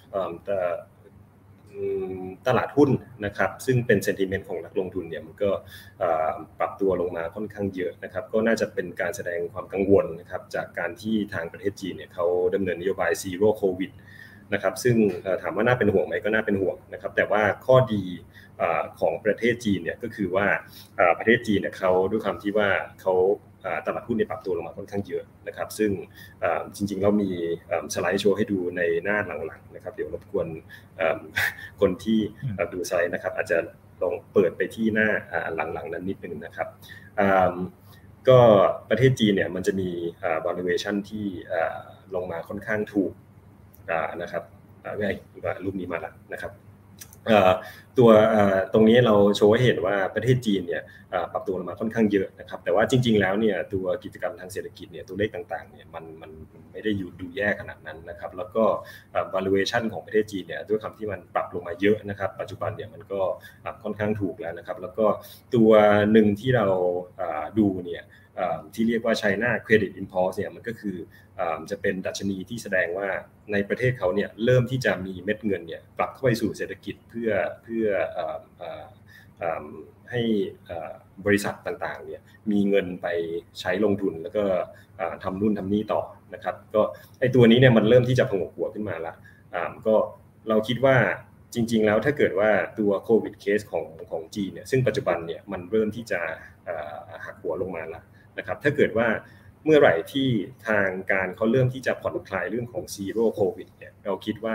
ตลาดหุ้นนะครับซึ่งเป็นเซนติเมนต์ของนักลงทุนเนี่ยมันก็ปรับตัวลงมาค่อนข้างเยอะนะครับก็น่าจะเป็นการแสดงความกังวลนะครับจากการที่ทางประเทศจีนเนี่ยเขาดำเนินนโยบาย Zero COVID นะครับซึ่งถามว่าน่าเป็นห่วงไหมก็น่าเป็นห่วงนะครับแต่ว่าข้อดีของประเทศจีนเนี่ยก็คือว่าประเทศจีนเนี่ยเขาด้วยความที่ว่าเขาตลาดหุ้นในปรับตัวลงมาค่อนข้างเยอะนะครับซึ่งจริงๆเรามีสไลด์โชว์ให้ดูในหน้าหลังๆนะครับเดี๋ยวรบกวนคนที่ดูสไลด์นะครับอาจจะลองเปิดไปที่หน้าหลังๆนั้นนิดนึงนะครับก็ประเทศจีนเนี่ยมันจะมี valuation ที่ลงมาค่อนข้างถูกนะครับรูปนี้มาแล้วนะครับตัวตรงนี้เราโชว์ให้เห็นว่าประเทศจีนเนี่ยปรับตัวลงมาค่อนข้างเยอะนะครับแต่ว่าจริงๆแล้วเนี่ยตัวกิจกรรมทางเศรษฐกิจเนี่ยตัวเลขต่างๆเนี่ยมันไม่ได้ดูแย่ขนาดนั้นนะครับแล้วก็ valuation ของประเทศจีนเนี่ยด้วยคำที่มันปรับลงมาเยอะนะครับปัจจุบันเนี่ยมันก็ค่อนข้างถูกแล้วนะครับแล้วก็ตัวหนึ่งที่เราดูเนี่ยที่เรียกว่า China Credit Impulse เนี่ยมันก็คือจะเป็นดัชนีที่แสดงว่าในประเทศเขาเนี่ยเริ่มที่จะมีเม็ดเงินเนี่ยกลับเข้าไปสู่เศรษฐกิจเพื่อให้บริษัทต่างๆเนี่ยมีเงินไปใช้ลงทุนแล้วก็ทำนู่นทำนี่ต่อนะครับก็ไอตัวนี้เนี่ยมันเริ่มที่จะผงกหัวขึ้นมาละก็เราคิดว่าจริงๆแล้วถ้าเกิดว่าตัวโควิดเคสของจีนเนี่ยซึ่งปัจจุบันเนี่ยมันเริ่มที่จะหักหัวลงมาแล้วนะครับถ้าเกิดว่าเมื่อไหร่ที่ทางการเขาเริ่มที่จะผ่อนคลายเรื่องของ Zero COVID เนี่ยเราคิดว่า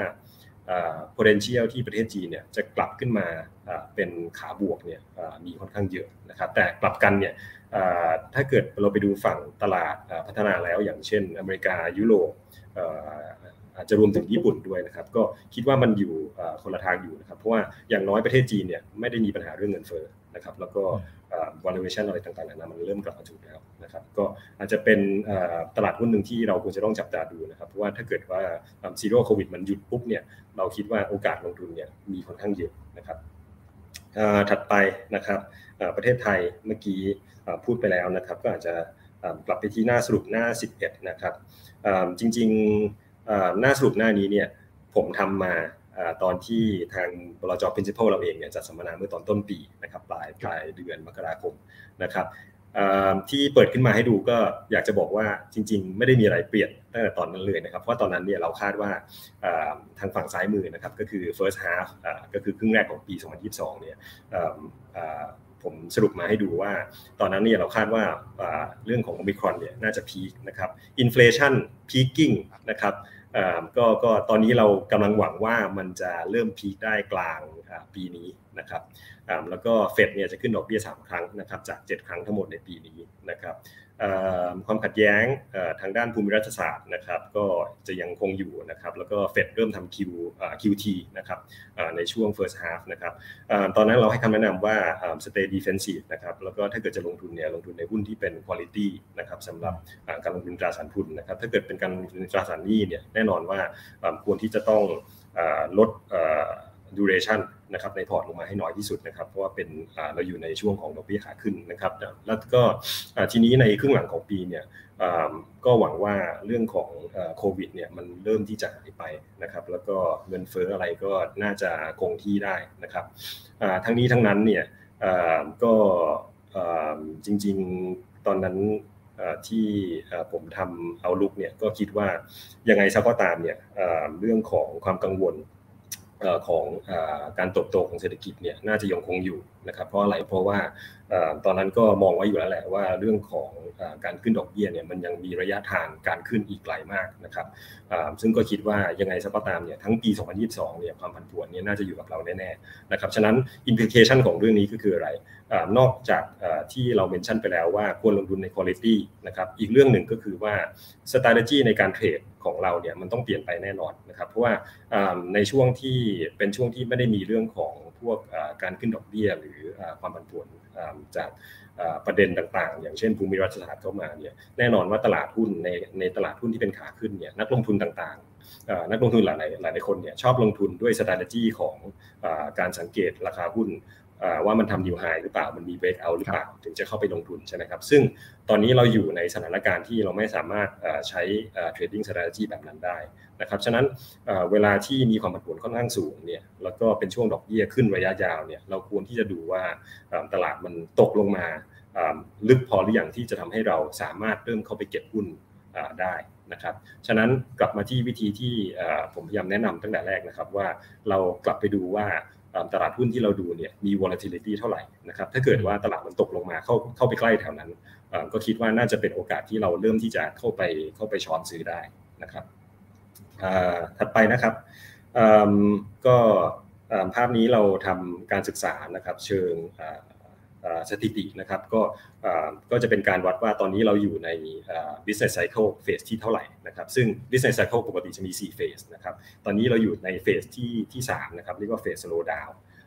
potential ที่ประเทศจีนเนี่ยจะกลับขึ้นมาเป็นขาบวกเนี่ยมีค่อนข้างเยอะนะครับแต่กลับกันเนี่ยถ้าเกิดเราไปดูฝั่งตลาดพัฒนาแล้วอย่างเช่นอเมริกายุโรปอาจจะรวมถึงญี่ปุ่นด้วยนะครับก็คิดว่ามันอยู่คนละทางอยู่นะครับเพราะว่าอย่างน้อยประเทศจีนเนี่ยไม่ได้มีปัญหาเรื่องเงินเฟ้อนะครับแล้วก็valuation อะไรต่างๆนานามันเริ่มกลับมาถูกแล้วนะครับก็อาจจะเป็นตลาดหุ้นหนึ่งที่เราควรจะต้องจับตาดูนะครับเพราะว่าถ้าเกิดว่าZero COVIDมันหยุดปุ๊บเนี่ยเราคิดว่าโอกาสลงทุนเนี่ยมีค่อนข้างเยอะนะครับถัดไปนะครับประเทศไทยเมื่อกี้พูดไปแล้วนะครับก็อาจจะกลับไปที่หน้าสรุปหน้า11นะครับจริงๆหน้าสรุปหน้านี้เนี่ยผมทำมาตอนที่ทางบลจ. Principal เราเองเนี่ยจัดสัมมนาเมื่อตอนต้นปีนะครับปลายเดือนมกราคมนะครับที่เปิดขึ้นมาให้ดูก็อยากจะบอกว่าจริงๆไม่ได้มีอะไรเปลี่ยนตั้งแต่ตอนนั้นเลยนะครับเพราะตอนนั้นเนี่ยเราคาดว่าทางฝั่งซ้ายมือนะครับก็คือ first half ก็คือครึ่งแรกของปี2022เนี่ยผมสรุปมาให้ดูว่าตอนนั้นเนี่ยเราคาดว่าเรื่องของโอมิครอนเนี่ยน่าจะพีคนะครับอินเฟลชันพีกิ้งนะครับก็ตอนนี้เรากำลังหวังว่ามันจะเริ่มพีคได้กลางปีนี้นะครับแล้วก็เฟดเนี่ยจะขึ้นดอกเบี้ย3ครั้งนะครับจาก7ครั้งทั้งหมดในปีนี้นะครับความขัดแย้งทางด้านภูมิรัฐศาสตร์นะครับก็จะยังคงอยู่นะครับแล้วก็เฟดเริ่มทำQT นะครับในช่วง first half นะครับตอนนั้นเราให้คำแนะนำว่า stay defensive นะครับแล้วก็ถ้าเกิดจะลงทุนเนี่ยลงทุนในหุ้นที่เป็น quality นะครับสำหรับการลงทุนตราสารทุนนะครับถ้าเกิดเป็นการลงทุนตราสารหนี้เนี่ยแน่นอนว่าควรที่จะต้องลดduration นะครับในพอร์ตลงมาให้น้อยที่สุดนะครับเพราะว่าเป็นเราอยู่ในช่วงของดอกเบี้ยขาขึ้นนะครับแล้วก็ทีนี้ในครึ่งหลังของปีเนี่ยก็หวังว่าเรื่องของโควิดเนี่ยมันเริ่มที่จะหายไปนะครับแล้วก็เงินเฟ้ออะไรก็น่าจะคงที่ได้นะครับทั้งนี้ทั้งนั้นเนี่ยก็จริงๆตอนนั้นที่ผมทำเอาลุกเนี่ยก็คิดว่ายังไงซะก็ตามเนี่ยเรื่องของความกังวลของการเติบโตของเศรษฐกิจเนี่ยน่าจะยังคงอยู่นะครับเพราะอะไรเพราะว่าตอนนั้นก็มองไว้อยู่แล้วแหละว่าเรื่องของการขึ้นดอกเบี้ยเนี่ยมันยังมีระยะทางการขึ้นอีกไกลมากนะครับซึ่งก็คิดว่ายังไงซะก็ตามเนี่ยทั้งปี2022เนี่ยความผันผวนเนี่ยน่าจะอยู่กับเราแน่ๆนะครับฉะนั้น implication ของเรื่องนี้ก็คืออะไรนอกจากที่เราเมนชั่นไปแล้วว่าควรลงทุนใน quality นะครับอีกเรื่องหนึ่งก็คือว่า strategy ในการเทรดของเราเนี่ยมันต้องเปลี่ยนไปแน่นอนนะครับเพราะว่าในช่วงที่เป็นช่วงที่ไม่ได้มีเรื่องของพวกการขึ้นดอกเบี้ยหรือความผันผวนจากประเด็นต่างๆอย่างเช่นภูมิรัฐศาสตร์เข้ามาเนี่ยแน่นอนว่าตลาดหุ้นในตลาดหุ้นที่เป็นขาขึ้นเนี่ยนักลงทุนต่างๆนักลงทุนหลายคนเนี่ยชอบลงทุนด้วย strategy ของการสังเกตราคาหุ้นว่ามันทำนิวไฮหรือเปล่ามันมีเบรกเอาท์หรือเปล่าถึงจะเข้าไปลงทุนใช่ไหมครับซึ่งตอนนี้เราอยู่ในสถานการณ์ที่เราไม่สามารถใช้ trading strategy แบบนั้นได้นะครับฉะนั้นเวลาที่มีความผันผวนค่อนข้างสูงเนี่ยแล้วก็เป็นช่วงดอกเบี้ยขึ้นระยะยาวเนี่ยเราควรที่จะดูว่าตลาดมันตกลงมาลึกพอหรือยังที่จะทำให้เราสามารถเริ่มเข้าไปเก็บหุ้นได้นะครับฉะนั้นกลับมาที่วิธีที่ผมพยายามแนะนำตั้งแต่แรกนะครับว่าเรากลับไปดูว่าตลาดหุ้นที่เราดูเนี่ยมี volatility เท่าไหร่นะครับถ้าเกิดว่าตลาดมันตกลงมาเข้าไปใกล้แถวนั้นก็คิดว่าน่าจะเป็นโอกาสที่เราเริ่มที่จะเข้าไปช้อนซื้อได้นะครับถัดไปนะครับก็ภาพนี้เราทำการศึกษานะครับเชิงสถิตินะครับก็จะเป็นการวัดว่าตอนนี้เราอยู่ใน business cycle phase ที่เท่าไหร่นะครับซึ่ง business cycle ปกติจะมี4 phase นะครับตอนนี้เราอยู่ใน phase ที่3นะครับเรียกว่า phase slow down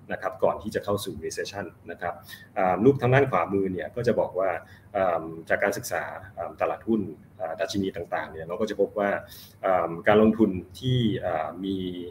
นะครับก่อนที่จะเข้าสู่ recession นะครับรูปทางด้านขวามือเนี่ยก็จะบอกว่าจากการศึกษาตลาดหุ้นดัชนีต่างๆเนี่ยเราก็จะพบว่าการลงทุนที่มี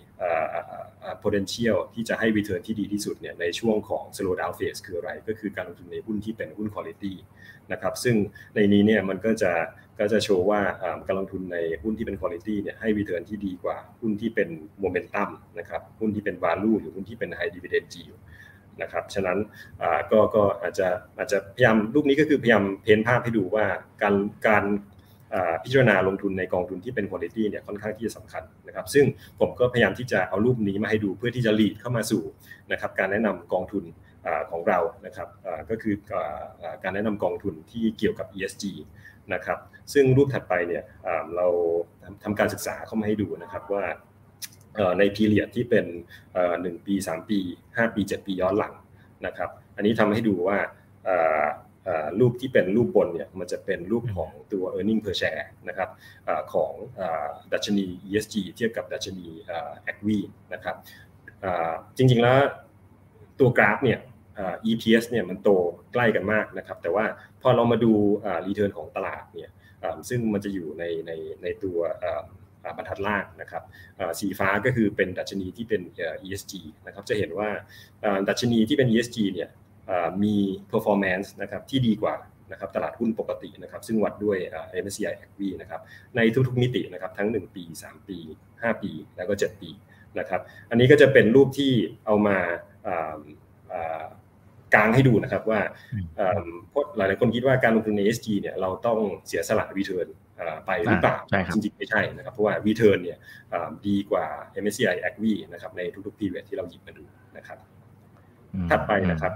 potential ที่จะให้ return ที่ดีที่สุดเนี่ยในช่วงของ slow down phase คืออะไรก็คือการลงทุนในหุ้นที่เป็นหุ้น quality นะครับซึ่งในนี้เนี่ยมันก็จะโชว์ว่าการลงทุนในหุ้นที่เป็น quality เนี่ยให้ return ที่ดีกว่าหุ้นที่เป็น momentum นะครับหุ้นที่เป็น value หรือหุ้นที่เป็น high dividend yield นะครับฉะนั้นก็อาจจะพยายามรูปนี้ก็คือพยายามเพ้นภาพให้ดูว่าการพิจารณาลงทุนในกองทุนที่เป็น quality เนี่ยค่อนข้างที่จะสำคัญนะครับซึ่งผมก็พยายามที่จะเอารูปนี้มาให้ดูเพื่อที่จะ lead เข้ามาสู่นะครับการแนะนำกองทุนของเรานะครับก็คือการแนะนำกองทุนที่เกี่ยวกับ ESG นะครับซึ่งรูปถัดไปเนี่ยเราทำการศึกษาเข้ามาให้ดูนะครับว่าใน period ที่เป็น1 ปี 3 ปี 5 ปี 7 ปีย้อนหลังนะครับอันนี้ทำให้ดูว่ารูปที่เป็นรูปบนเนี่ยมันจะเป็นรูปของตัว earning per share นะครับของดัชนี ESG เทียบกับดัชนี ACWI นะครับจริงๆแล้วตัวกราฟเนี่ยEPS เนี่ยมันโตใกล้กันมากนะครับแต่ว่าพอเรามาดูreturn ของตลาดเนี่ยซึ่งมันจะอยู่ในตัวบรรทัดล่างนะครับสีฟ้าก็คือเป็นดัชนีที่เป็น ESG นะครับจะเห็นว่าดัชนีที่เป็น ESG เนี่ยมี performance นะครับที่ดีกว่านะครับตลาดหุ้นปกตินะครับซึ่งวัดด้วย MSCI ACWI นะครับในทุกๆมิตินะครับทั้ง1 ปี 3 ปี 5 ปีแล้วก็ 7 ปีนะครับอันนี้ก็จะเป็นรูปที่เอามากางให้ดูนะครับว่าเพราะหลายๆคนคิดว่าการลงทุนใน ESG เนี่ยเราต้องเสียสละ return ไปหรือเปล่าจริงๆไม่ใช่นะครับเพราะว่า return เนี่ยดีกว่า MSCI ACWI นะครับในทุกๆ period ที่เราหยิบมาดูนะครับถัดไปนะครับ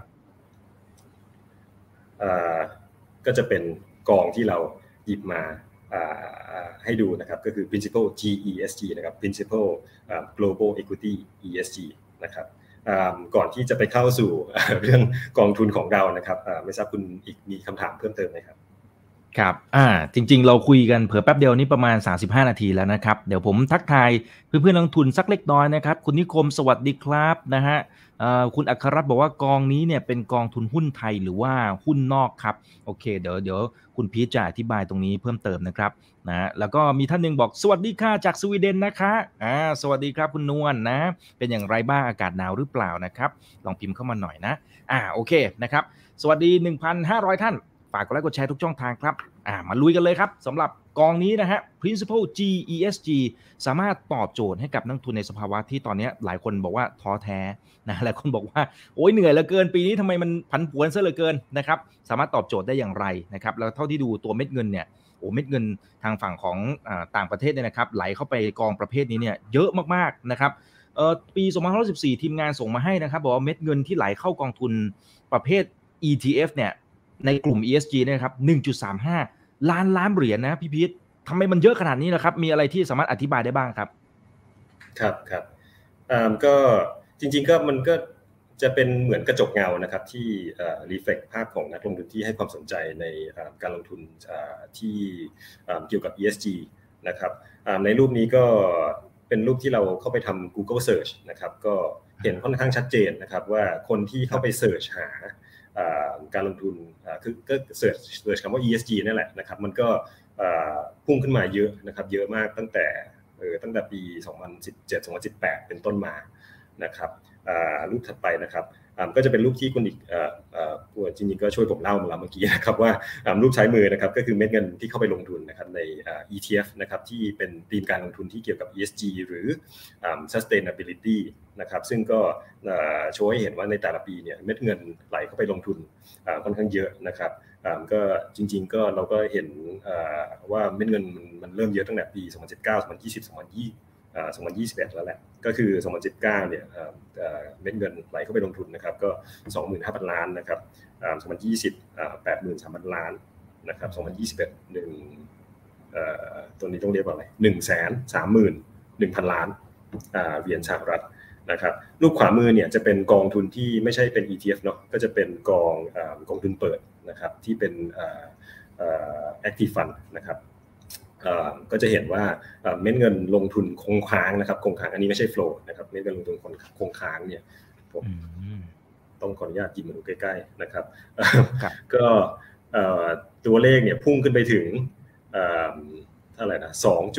ก็จะเป็นกองที่เราหยิบมาให้ดูนะครับก็คือ principal GESG นะครับ principal global equity ESG นะครับก่อนที่จะไปเข้าสู่เรื่องกองทุนของเรานะครับไม่ทราบคุณอีกมีคำถามเพิ่มเติมไหมครับครับจริงๆเราคุยกันเผื่อแป๊บเดียวนี้ประมาณ35นาทีแล้วนะครับเดี๋ยวผมทักทายเพื่อนๆนักลงทุนสักเล็กน้อยนะครับคุณนิคมสวัสดีครับนะฮะคุณอัครรัตน์บอกว่ากองนี้เนี่ยเป็นกองทุนหุ้นไทยหรือว่าหุ้นนอกครับโอเคเดี๋ยวคุณพีชจะอธิบายตรงนี้เพิ่มเติมนะครับนะแล้วก็มีท่านนึงบอกสวัสดีค่ะจากสวีเดนนะคะสวัสดีครับคุณนวลนะเป็นอย่างไรบ้างอากาศหนาวหรือเปล่านะครับลองพิมพ์เข้ามาหน่อยนะโอเคนะครับสวัสดี 1,500 ท่านฝากกดไลค์กดแชร์ทุกช่องทางครับมาลุยกันเลยครับสำหรับกองนี้นะฮะ Principal GESG สามารถตอบโจทย์ให้กับนักทุนในสภาวะที่ตอนนี้หลายคนบอกว่าท้อแท้นะหลายคนบอกว่าโอ้ยเหนื่อยเหลือเกินปีนี้ทำไมมันผันผวนซะเหลือเกินนะครับสามารถตอบโจทย์ได้อย่างไรนะครับแล้วเท่าที่ดูตัวเม็ดเงินเนี่ยเม็ดเงินทางฝั่งของต่างประเทศเนี่ยนะครับไหลเข้าไปกองประเภทนี้เนี่ยเยอะมากๆนะครับปี2514ทีมงานส่งมาให้นะครับบอกว่าเม็ดเงินที่ไหลเข้ากองทุนประเภท ETF เนี่ยในกลุ่ม ESG นะครับ 1.35 ล้านเหรียญนะพี่พีททำไมมันเยอะขนาดนี้นะครับมีอะไรที่สามารถอธิบายได้บ้างครับครับก็จริงๆก็มันก็จะเป็นเหมือนกระจกเงานะครับที่reflect ภาพของนักลงทุนที่ให้ความสนใจในการลงทุนที่เกี่ยวกับ ESG นะครับในรูปนี้ก็เป็นรูปที่เราเข้าไปทำ Google Search นะครับก็เห็นค่อนข้างชัดเจนนะครับว่าคนที่เข้าไป Search หาการลงทุนคือก็ Search คำว่า ESG นั่นแหละนะครับมันก็พุ่งขึ้นมาเยอะนะครับเยอะมากตั้งแต่ปี 2017-2018 เป็นต้นมานะครับรูปถัดไปนะครับก็จะเป็นรูปที่คุณอีกจริงๆก็ช่วยผมเล่ามาแล้วเมื่อกี้นะครับว่ารูปใช้มือนะครับก็คือเม็ดเงินที่เข้าไปลงทุนนะครับใน ETF นะครับที่เป็นธีมการลงทุนที่เกี่ยวกับ ESG หรือ sustainability นะครับซึ่งก็โชว์ให้เห็นว่าในแต่ละปีเนี่ยเม็ดเงินไหลเข้าไปลงทุนค่อนข้างเยอะนะครับก็จริงๆก็เราก็เห็นว่าเม็ดเงินมันเริ่มเยอะตั้งแต่ปี 2019 2021 แล้วแหละก็คือ 2019 เนี่ยเม็ดเงินไหลเข้าไปลงทุนนะครับก็ 25,000 ล้านนะครับ2020 83,000 ล้านนะครับ2021ตัวนี้ต้องเรียกว่าอะไร 131,000 ล้านเหรียญสหรัฐนะครับรูปขวามือเนี่ยจะเป็นกองทุนที่ไม่ใช่เป็น ETF เนาะก็จะเป็นกองทุนเปิดนะครับที่เป็นactive fund นะครับก็จะเห็นว่าเม็ดเงินลงทุนคงค้างนะครับคงค้างอันนี้ไม่ใช่ flow นะครับเม็ดเงินลงทุนคงค้างเนี่ยผมต้องขออนุญาตหยิบมาดูใกล้ๆนะครับก็ตัวเลขเนี่ยพุ่งขึ้นไปถึงเท่าไหร่นะ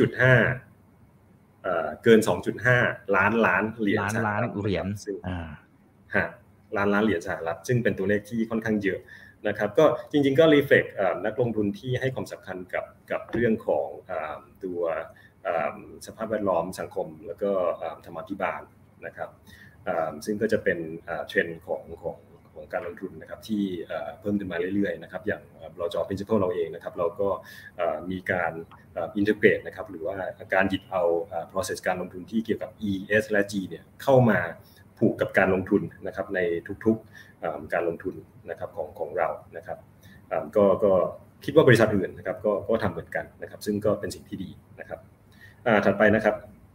2.5 เกิน 2.5 ล้านเหรียญสหรัฐซึ่งล้านเหรียญสหรัฐซึ่งเป็นตัวเลขที่ค่อนข้างเยอะนะครับก็จริงๆก็รีเฟล็กนักลงทุนที่ให้ความสำคัญกับเรื่องของตัวสภาพแวดล้อมสังคมแล้วก็ธรรมาภิบาลนะครับซึ่งก็จะเป็นเทรนด์ของการลงทุนนะครับที่เพิ่มขึ้นมาเรื่อยๆนะครับอย่างเราจอ principle เราเองนะครับเราก็มีการintegrate นะครับหรือว่าการหยิบเอา process การลงทุนที่เกี่ยวกับ E S และ G เนี่ยเข้ามาผูกกับการลงทุนนะครับในทุกๆการลงทุนนะครับของเรานะครับก็คิดว่าบริษัทอื่นนะครับก็ทำเหมือนกันนะครับซึ่งก็เป็นสิ่งที่ดีนะครับถัดไปนะครับ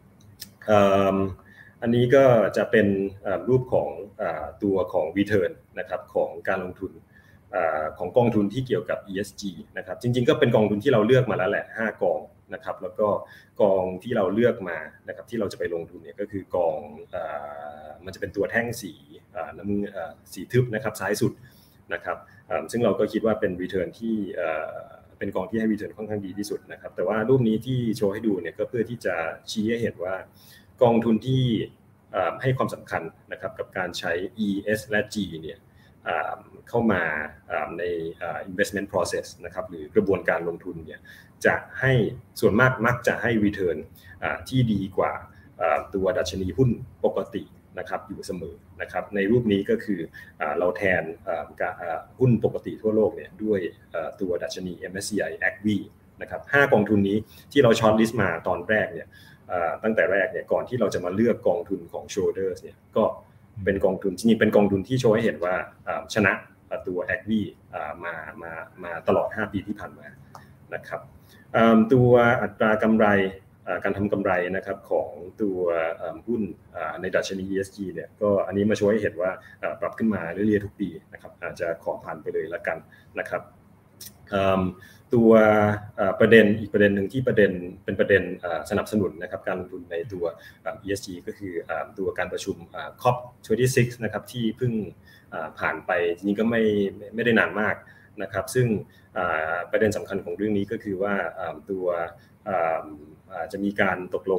อันนี้ก็จะเป็นรูปของตัวของ return นะครับของการลงทุนของกองทุนที่เกี่ยวกับ ESG นะครับจริงๆก็เป็นกองทุนที่เราเลือกมาแล้วแหละ5กองนะครับแล้วก็กองที่เราเลือกมานะครับที่เราจะไปลงทุนเนี่ยก็คือกองมันจะเป็นตัวแท่งสีน้ำสีทึบนะครับซ้ายสุดนะครับซึ่งเราก็คิดว่าเป็น return ที่เป็นกองที่ให้ return ค่อนข้างดีที่สุดนะครับแต่ว่ารูปนี้ที่โชว์ให้ดูเนี่ยก็เพื่อที่จะชี้ให้เห็นว่ากองทุนที่ให้ความสำคัญนะครับกับการใช้ E S และ G เนี่ยเข้ามาใน investment process นะครับหรือกระบวนการลงทุนเนี่ยจะให้ส่วนมากมักจะให้ return ที่ดีกว่าตัวดัชนีหุ้นปกตินะครับอยู่เสมอนะครับในรูปนี้ก็คือเราแทนหุ้นปกติทั่วโลกเนี่ยด้วยตัวดัชนี MSCI ACWI นะครับ5กองทุนนี้ที่เราช็อตลิสต์มาตอนแรกเนี่ยตั้งแต่แรกเนี่ยก่อนที่เราจะมาเลือกกองทุนของ Schroders เนี่ยก็เป็นกองทุนจริงๆเป็นกองทุนที่โชว์ให้เห็นว่าชนะตัว ACWI มาตลอด5ปีที่ผ่านมานะครับตัวอัตรากำไรการทำกำไรนะครับของตัวหุ้นในดัชนี ESG เนี่ยก็อันนี้มาโชว์ให้เห็นว่าปรับขึ้นมาเรื่อยๆทุกปีนะครับอาจจะขอผ่านไปเลยละกันนะครับตัวประเด็นอีกประเด็นหนึ่งที่เป็นประเด็นสนับสนุนนะครับการลงทุนในตัว ESG ก็คือตัวการประชุม COP26 นะครับที่เพิ่งผ่านไปจริงๆก็ไม่ได้นานมากนะครับซึ่งประเด็นสำคัญของเรื่องนี้ก็คือว่าตัวจะมีการตกลง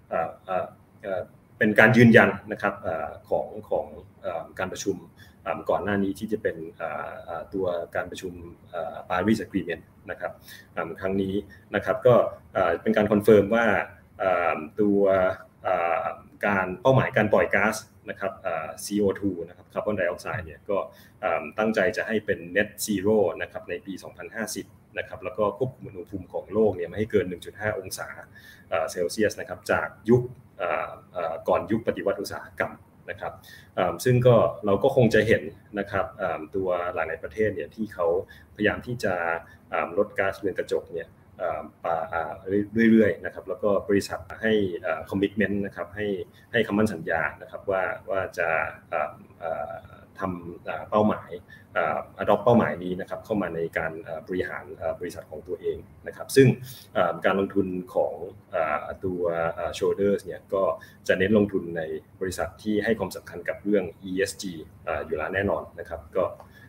เป็นการยืนยันนะครับของการประชุมก่อนหน้านี้ที่จะเป็นตัวการประชุมParis Agreement นะครับครั้งนี้นะครับก็เป็นการคอนเฟิร์มว่าตัวการเป้าหมายการปล่อยก๊าซนะครับCO2 นะครับคาร์บอนไดออกไซด์เนี่ยก็ตั้งใจจะให้เป็น net zero นะครับในปี 2050นะครับแล้วก็ควบคุมอุณหภูมิของโลกเนี่ยไม่ให้เกิน 1.5 องศาเซลเซียสนะครับจากยุคก่อนยุคปฏิวัติอุตสาหกรรมนะครับซึ่งก็เราก็คงจะเห็นนะครับตัวหลายๆประเทศเนี่ยที่เขาพยายามที่จะลดก๊าซเรือนกระจกเนี่ยเรื่อยๆนะครับแล้วก็บริษัทให้commitment นะครับให้คำมั่นสัญญานะครับว่าจะทำเป้าหมายadopt เป้าหมายนี้นะครับเข้ามาในการบริหารบริษัทของตัวเองนะครับซึ่งการลงทุนของตัว Schroders เนี่ยก็จะเน้นลงทุนในบริษัทที่ให้ความสำคัญกับเรื่อง ESG อยู่แล้วแน่นอนนะครับก็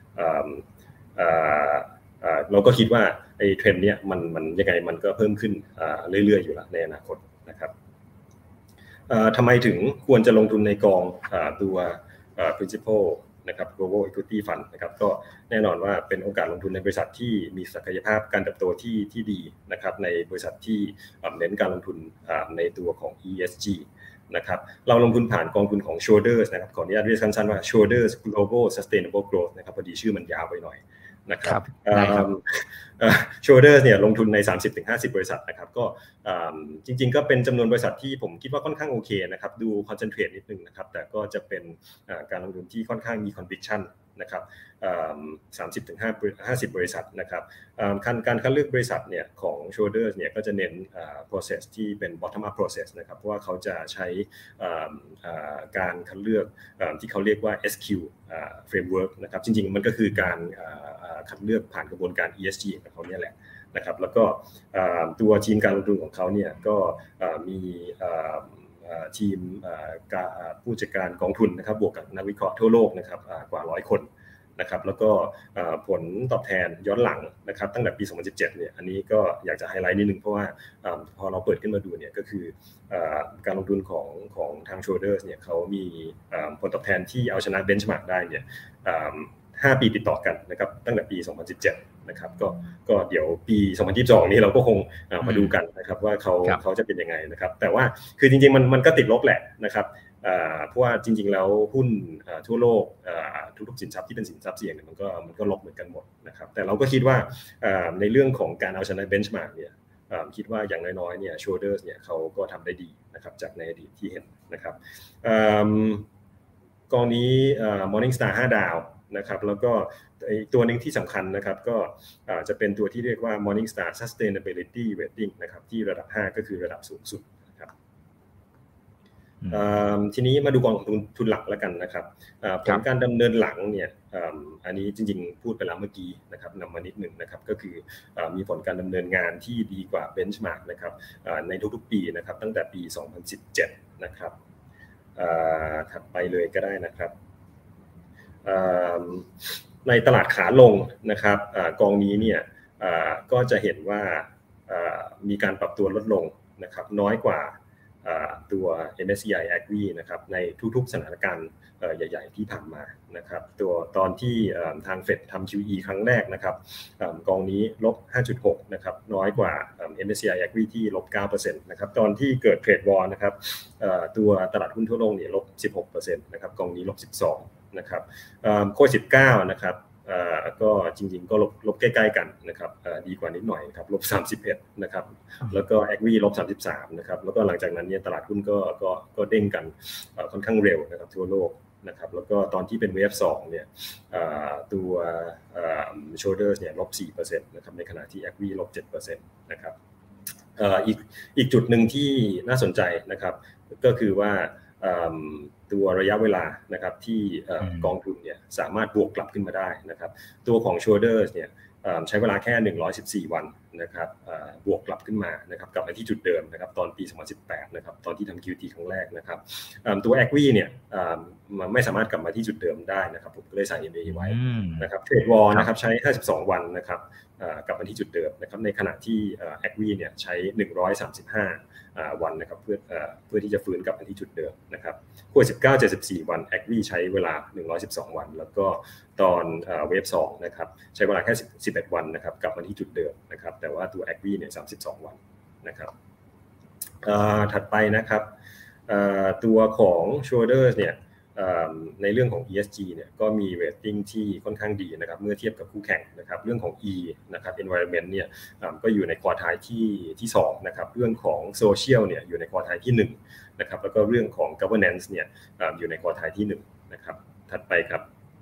เราก็คิดว่าไอ้เทรนด์เนี้ยมันยังไงมันก็เพิ่มขึ้นเรื่อยๆอยู่แล้วในอนาคตนะครับทำไมถึงควรจะลงทุนในกองตัวprincipal นะครับ global equity fund นะครับก็แน่นอนว่าเป็นโอกาสลงทุนในบริษัทที่มีศักยภาพการเติบโตที่ดีนะครับในบริษัทที่เน้นการลงทุนในตัวของ ESG นะครับเราลงทุนผ่านกองทุนของ Schroders นะครับขออนุญาตเรียกสั้นๆว่า Schroders Global Sustainable Growth นะครับพอดีชื่อมันยาวไปหน่อยนะครับSchroders เนี่ยลงทุนใน 30-50 บริษัทนะครับก็จริงๆก็เป็นจำนวนบริษัทที่ผมคิดว่าค่อนข้างโอเคนะครับดูคอนเซนเทรตนิดนึงนะครับแต่ก็จะเป็นการลงทุนที่ค่อนข้างมี conviction นะครับ30-50 บริษัทนะครับการคัดเลือกบริษัทเนี่ยของ Schroders เนี่ยก็จะเน้นprocess ที่เป็น bottom up process นะครับเพราะว่าเขาจะใช้การคัดเลือกที่เขาเรียกว่า SQ framework นะครับจริงๆมันก็คือการคัดเลือกผ่านกระบวนการ ESG ของเขาเนี่ยแหละนะครับแล้วก็ตัวทีมการลงทุนของเขาเนี่ยก็มีทีมผู้จัดการกองทุนนะครับบวกกับนักวิเคราะห์ทั่วโลกนะครับกว่า100 คนนะครับแล้วก็ผลตอบแทนย้อนหลังนะครับตั้งแต่ปี 2017 เนี่ยอันนี้ก็อยากจะไฮไลท์นิดนึงเพราะว่าพอเราเปิดขึ้นมาดูเนี่ยก็คือการลงทุนของทาง Schroders เนี่ยเขามีผลตอบแทนที่เอาชนะเบนช์มาร์กได้เนี่ย5 ปีติดต่อกันนะครับตั้งแต่ปี 2017 นะครับก็เดี๋ยวปี 2022 นี้เราก็คงมาดูกันนะครับว่าเขาจะเป็นยังไงนะครับแต่ว่าคือจริงๆมันก็ติดลบแหละนะครับเพราะว่าจริงๆแล้วหุ้นทั่วโลกทุกๆสินทรัพย์ที่เป็นสินทรัพย์เสี่ยงเนี่ยมันก็ลบเหมือนกันหมดนะครับแต่เราก็คิดว่าในเรื่องของการเอาชนะเบนช์มาร์กเนี่ยคิดว่าอย่างน้อยๆเนี่ย Schroders เนี่ยเขาก็ทำได้ดีนะครับจากในอดีตที่เห็นนะครับกองนี้Morningstar 5 ดาวนะครับแล้วก็อีกตัวหนึ่งที่สำคัญนะครับก็จะเป็นตัวที่เรียกว่า Morningstar Sustainability Rating นะครับที่ระดับ5ก็คือระดับสูงสุดนะครับทีนี้มาดูกองทุนหลักแล้วกันนะครับผลการดำเนินหลังเนี่ยอันนี้จริงๆพูดไปแล้วเมื่อกี้นะครับนำมานิดหนึ่งนะครับก็คือมีผลการดำเนินงานที่ดีกว่าเบนช์มาร์กนะครับในทุกๆปีนะครับตั้งแต่ปี 2017 นะครับถัดไปเลยก็ได้นะครับในตลาดขาลงนะครับกองนี้เนี่ยก็จะเห็นว่ามีการปรับตัวลดลงนะครับน้อยกว่าตัว MSCI Agri นะครับในทุกๆสถานการณ์ใหญ่ๆที่ผ่านมานะครับตัวตอนที่ทางเฟดทำ QE ครั้งแรกนะครับกองนี้ลบ 5.6 นะครับน้อยกว่า MSCI Agri ที่ลบ 9% นะครับตอนที่เกิดเทรดวอร์นะครับตัวตลาดหุ้นทั่วโลกเนี่ยลบ 16% นะครับกองนี้ลบ 12 นะครับโค้ด19นะครับก็จริงๆก็ลบใกล้ๆกันนะครับดีกว่านิดหน่อยนะครับลบ31นะครับแล้วก็แอควีลบ33นะครับแล้วก็หลังจากนั้นเนี่ยตลาดหุ้นก็เด้งกันค่อนข้างเร็วนะครับทั่วโลกนะครับแล้วก็ตอนที่เป็นเวฟ2เนี่ยตัว Schroders เนี่ยลบ 4% นะครับในขณะที่แอควีลบ 7% นะครับอีกจุดหนึ่งที่น่าสนใจนะครับก็คือว่าตัวระยะเวลานะครับที่กองทุนเนี่ยสามารถบวกกลับขึ้นมาได้นะครับตัวของ Schroders เนี่ยใช้เวลาแค่114 วันนะครับบวกกลับขึ้นมานะครับกลับมาที่จุดเดิมนะครับตอนปี 2018 นะครับตอนที่ทำ QT ครั้งแรกนะครับตัว Agri เนี่ยมันไม่สามารถกลับมาที่จุดเดิมได้นะครับผมก็เลยใส่ MA ไว้นะครับเทรดวอลนะครับใช้52 วันนะครับกลับมาที่จุดเดิมนะครับในขณะที่Agri เนี่ยใช้135 วันนะครับเพื่อที่จะฟื้นกลับมาที่จุดเดิมนะครับขั้ว19-74 วัน Agri ใช้เวลา112 วันแล้วก็ตอนเวฟ2นะครับใช้เวลาแค่11 วันนะครับกลับมาที่จุดเดิมนะครับแต่ว่าตัว Agri เนี่ย32 วันนะครับถัดไปนะครับตัวของ Schroders เนี่ยในเรื่องของ ESG เนี่ยก็มีเรตติ้งที่ค่อนข้างดีนะครับเมื่อเทียบกับคู่แข่งนะครับเรื่องของ E นะครับ environment เนี่ยก็อยู่ในควอไทล์ที่2นะครับเรื่องของ social เนี่ยอยู่ในควอไทล์ที่1นะครับแล้วก็เรื่องของ governance เนี่ยอยู่ในควอไทล์ที่1นะครับถัดไปครับ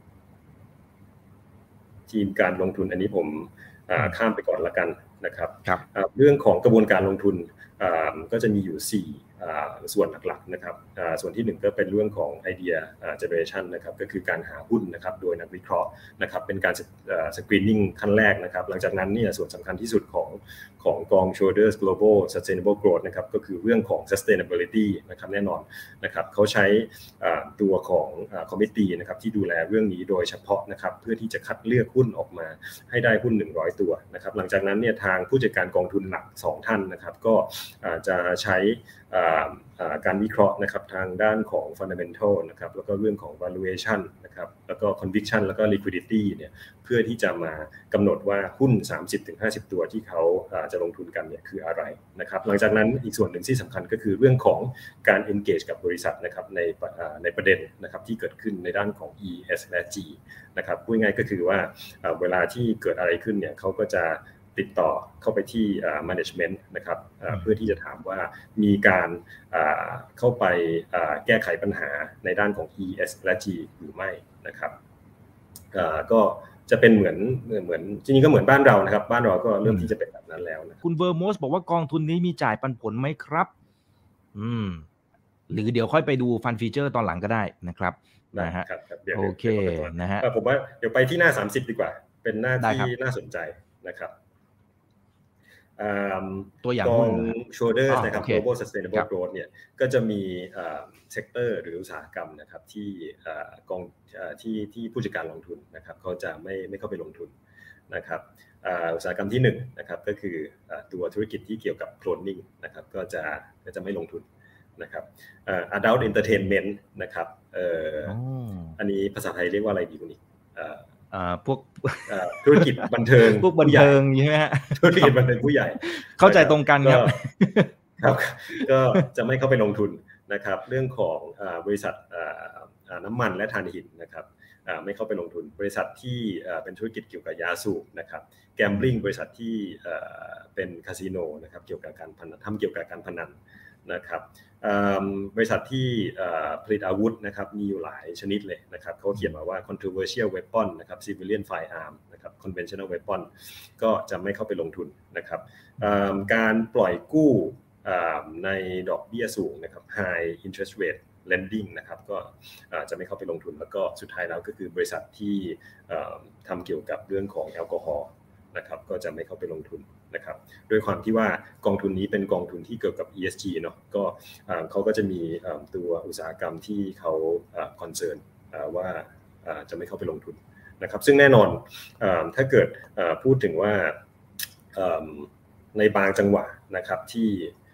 ทีมการลงทุนอันนี้ผมข้ามไปก่อนละกันนะครับเรื่องของกระบวนการลงทุนก็จะมีอยู่4ส่วนหลักๆนะครับส่วนที่1ก็เป็นเรื่องของ idea generation นะครับก็คือการหาหุ้นนะครับโดยนักวิเคราะห์นะครับเป็นการscreening ขั้นแรกนะครับหลังจากนั้นเนี่ยส่วนสำคัญที่สุดของกอง Schroders Global Sustainable Growth นะครับก็คือเรื่องของ sustainability นะครับแน่นอนนะครับเขาใช้ตัวของ committee นะครับที่ดูแลเรื่องนี้โดยเฉพาะนะครับเพื่อที่จะคัดเลือกหุ้นออกมาให้ได้หุ้น100 ตัวนะครับหลังจากนั้นเนี่ยทางผู้จัดการกองทุนหลัก2 ท่านนะครับก็จะใช้การวิเคราะห์นะครับทางด้านของ fundamental นะครับแล้วก็เรื่องของ valuation นะครับแล้วก็ conviction แล้วก็ liquidity เนี่ยเพื่อที่จะมากำหนดว่าหุ้น 30-50 ตัวที่เขาจะลงทุนกันเนี่ยคืออะไรนะครับหลังจากนั้นอีกส่วนหนึ่งที่สำคัญก็คือเรื่องของการ engage กับบริษัทนะครับในประเด็นนะครับที่เกิดขึ้นในด้านของ E S และ G นะครับพูดง่ายก็คือว่าเวลาที่เกิดอะไรขึ้นเนี่ยเขาก็จะติดต่อเข้าไปที่management นะครับเพื่อที่จะถามว่ามีการเข้าไปแก้ไขปัญหาในด้านของ E S และ G หรือไม่นะครับก็จะเป็นเหมือนจริงๆก็เหมือนบ้านเรานะครับบ้านเราก็เริ่มที่จะเป็นแบบนั้นแล้วนะคุณเวอร์โมสบอกว่ากองทุนนี้มีจ่ายปันผลไหมครับหรือเดี๋ยวค่อยไปดูฟันฟีเจอร์ตอนหลังก็ได้นะครับนะฮะโอเคนะฮะผมว่าเดี๋ยวไปที่หน้า30ดีกว่าเป็นหน้าที่น่าสนใจนะครับตัวอย่างกองหุ้น Shoulders นะครับโอเค Global Sustainable Growth เนี่ยก็จะมีเซกเตอร์หรืออุตสาหกรรมนะครับที่กองที่ผู้จัดการลงทุนนะครับเขาจะไม่เข้าไปลงทุนนะครับอุตสาหกรรมที่1นะครับก็คือตัวธุรกิจที่เกี่ยวกับโคลนนิ่งนะครับก็จะไม่ลงทุนนะครับAdult Entertainment นะครับอันนี้ภาษาไทยเรียกว่าอะไรดีคุณอีกพวกธุรกิจบันเทิงพวกบันเทิงใช่ไหมฮะธุรกิจบันเทิงผู้ใหญ่เข้าใจตรงกันครับก็จะไม่เข้าไปลงทุนนะครับเรื่องของบริษัทน้ำมันและถ่านหินนะครับไม่เข้าไปลงทุนบริษัทที่เป็นธุรกิจเกี่ยวกับยาสูบนะครับแกมบลิงบริษัทที่เป็นคาสิโนนะครับเกี่ยวกับการพนันทำเกี่ยวกับการพนันนะครับบริษัทที่ผลิตอาวุธนะครับมีอยู่หลายชนิดเลยนะครับเขาเขียนมาว่า controversial weapon นะครับ civilian firearm นะครับ conventional weapon ก็จะไม่เข้าไปลงทุนนะครับการปล่อยกู้ในดอกเบี้ยสูงนะครับ high interest rate lending นะครับก็จะไม่เข้าไปลงทุนแล้วก็สุดท้ายแล้วก็คือบริษัทที่ทำเกี่ยวกับเรื่องของแอลกอฮอล์นะครับก็จะไม่เข้าไปลงทุนนะครับด้วยความที่ว่ากองทุนนี้เป็นกองทุนที่เกี่ยวกับ ESG เนาะก็เขาก็จะมีตัวอุตสาหกรรมที่เขาคอนเซิร์นว่าจะไม่เข้าไปลงทุนนะครับซึ่งแน่นอนถ้าเกิดพูดถึงว่าในบางจังหวะนะครับที่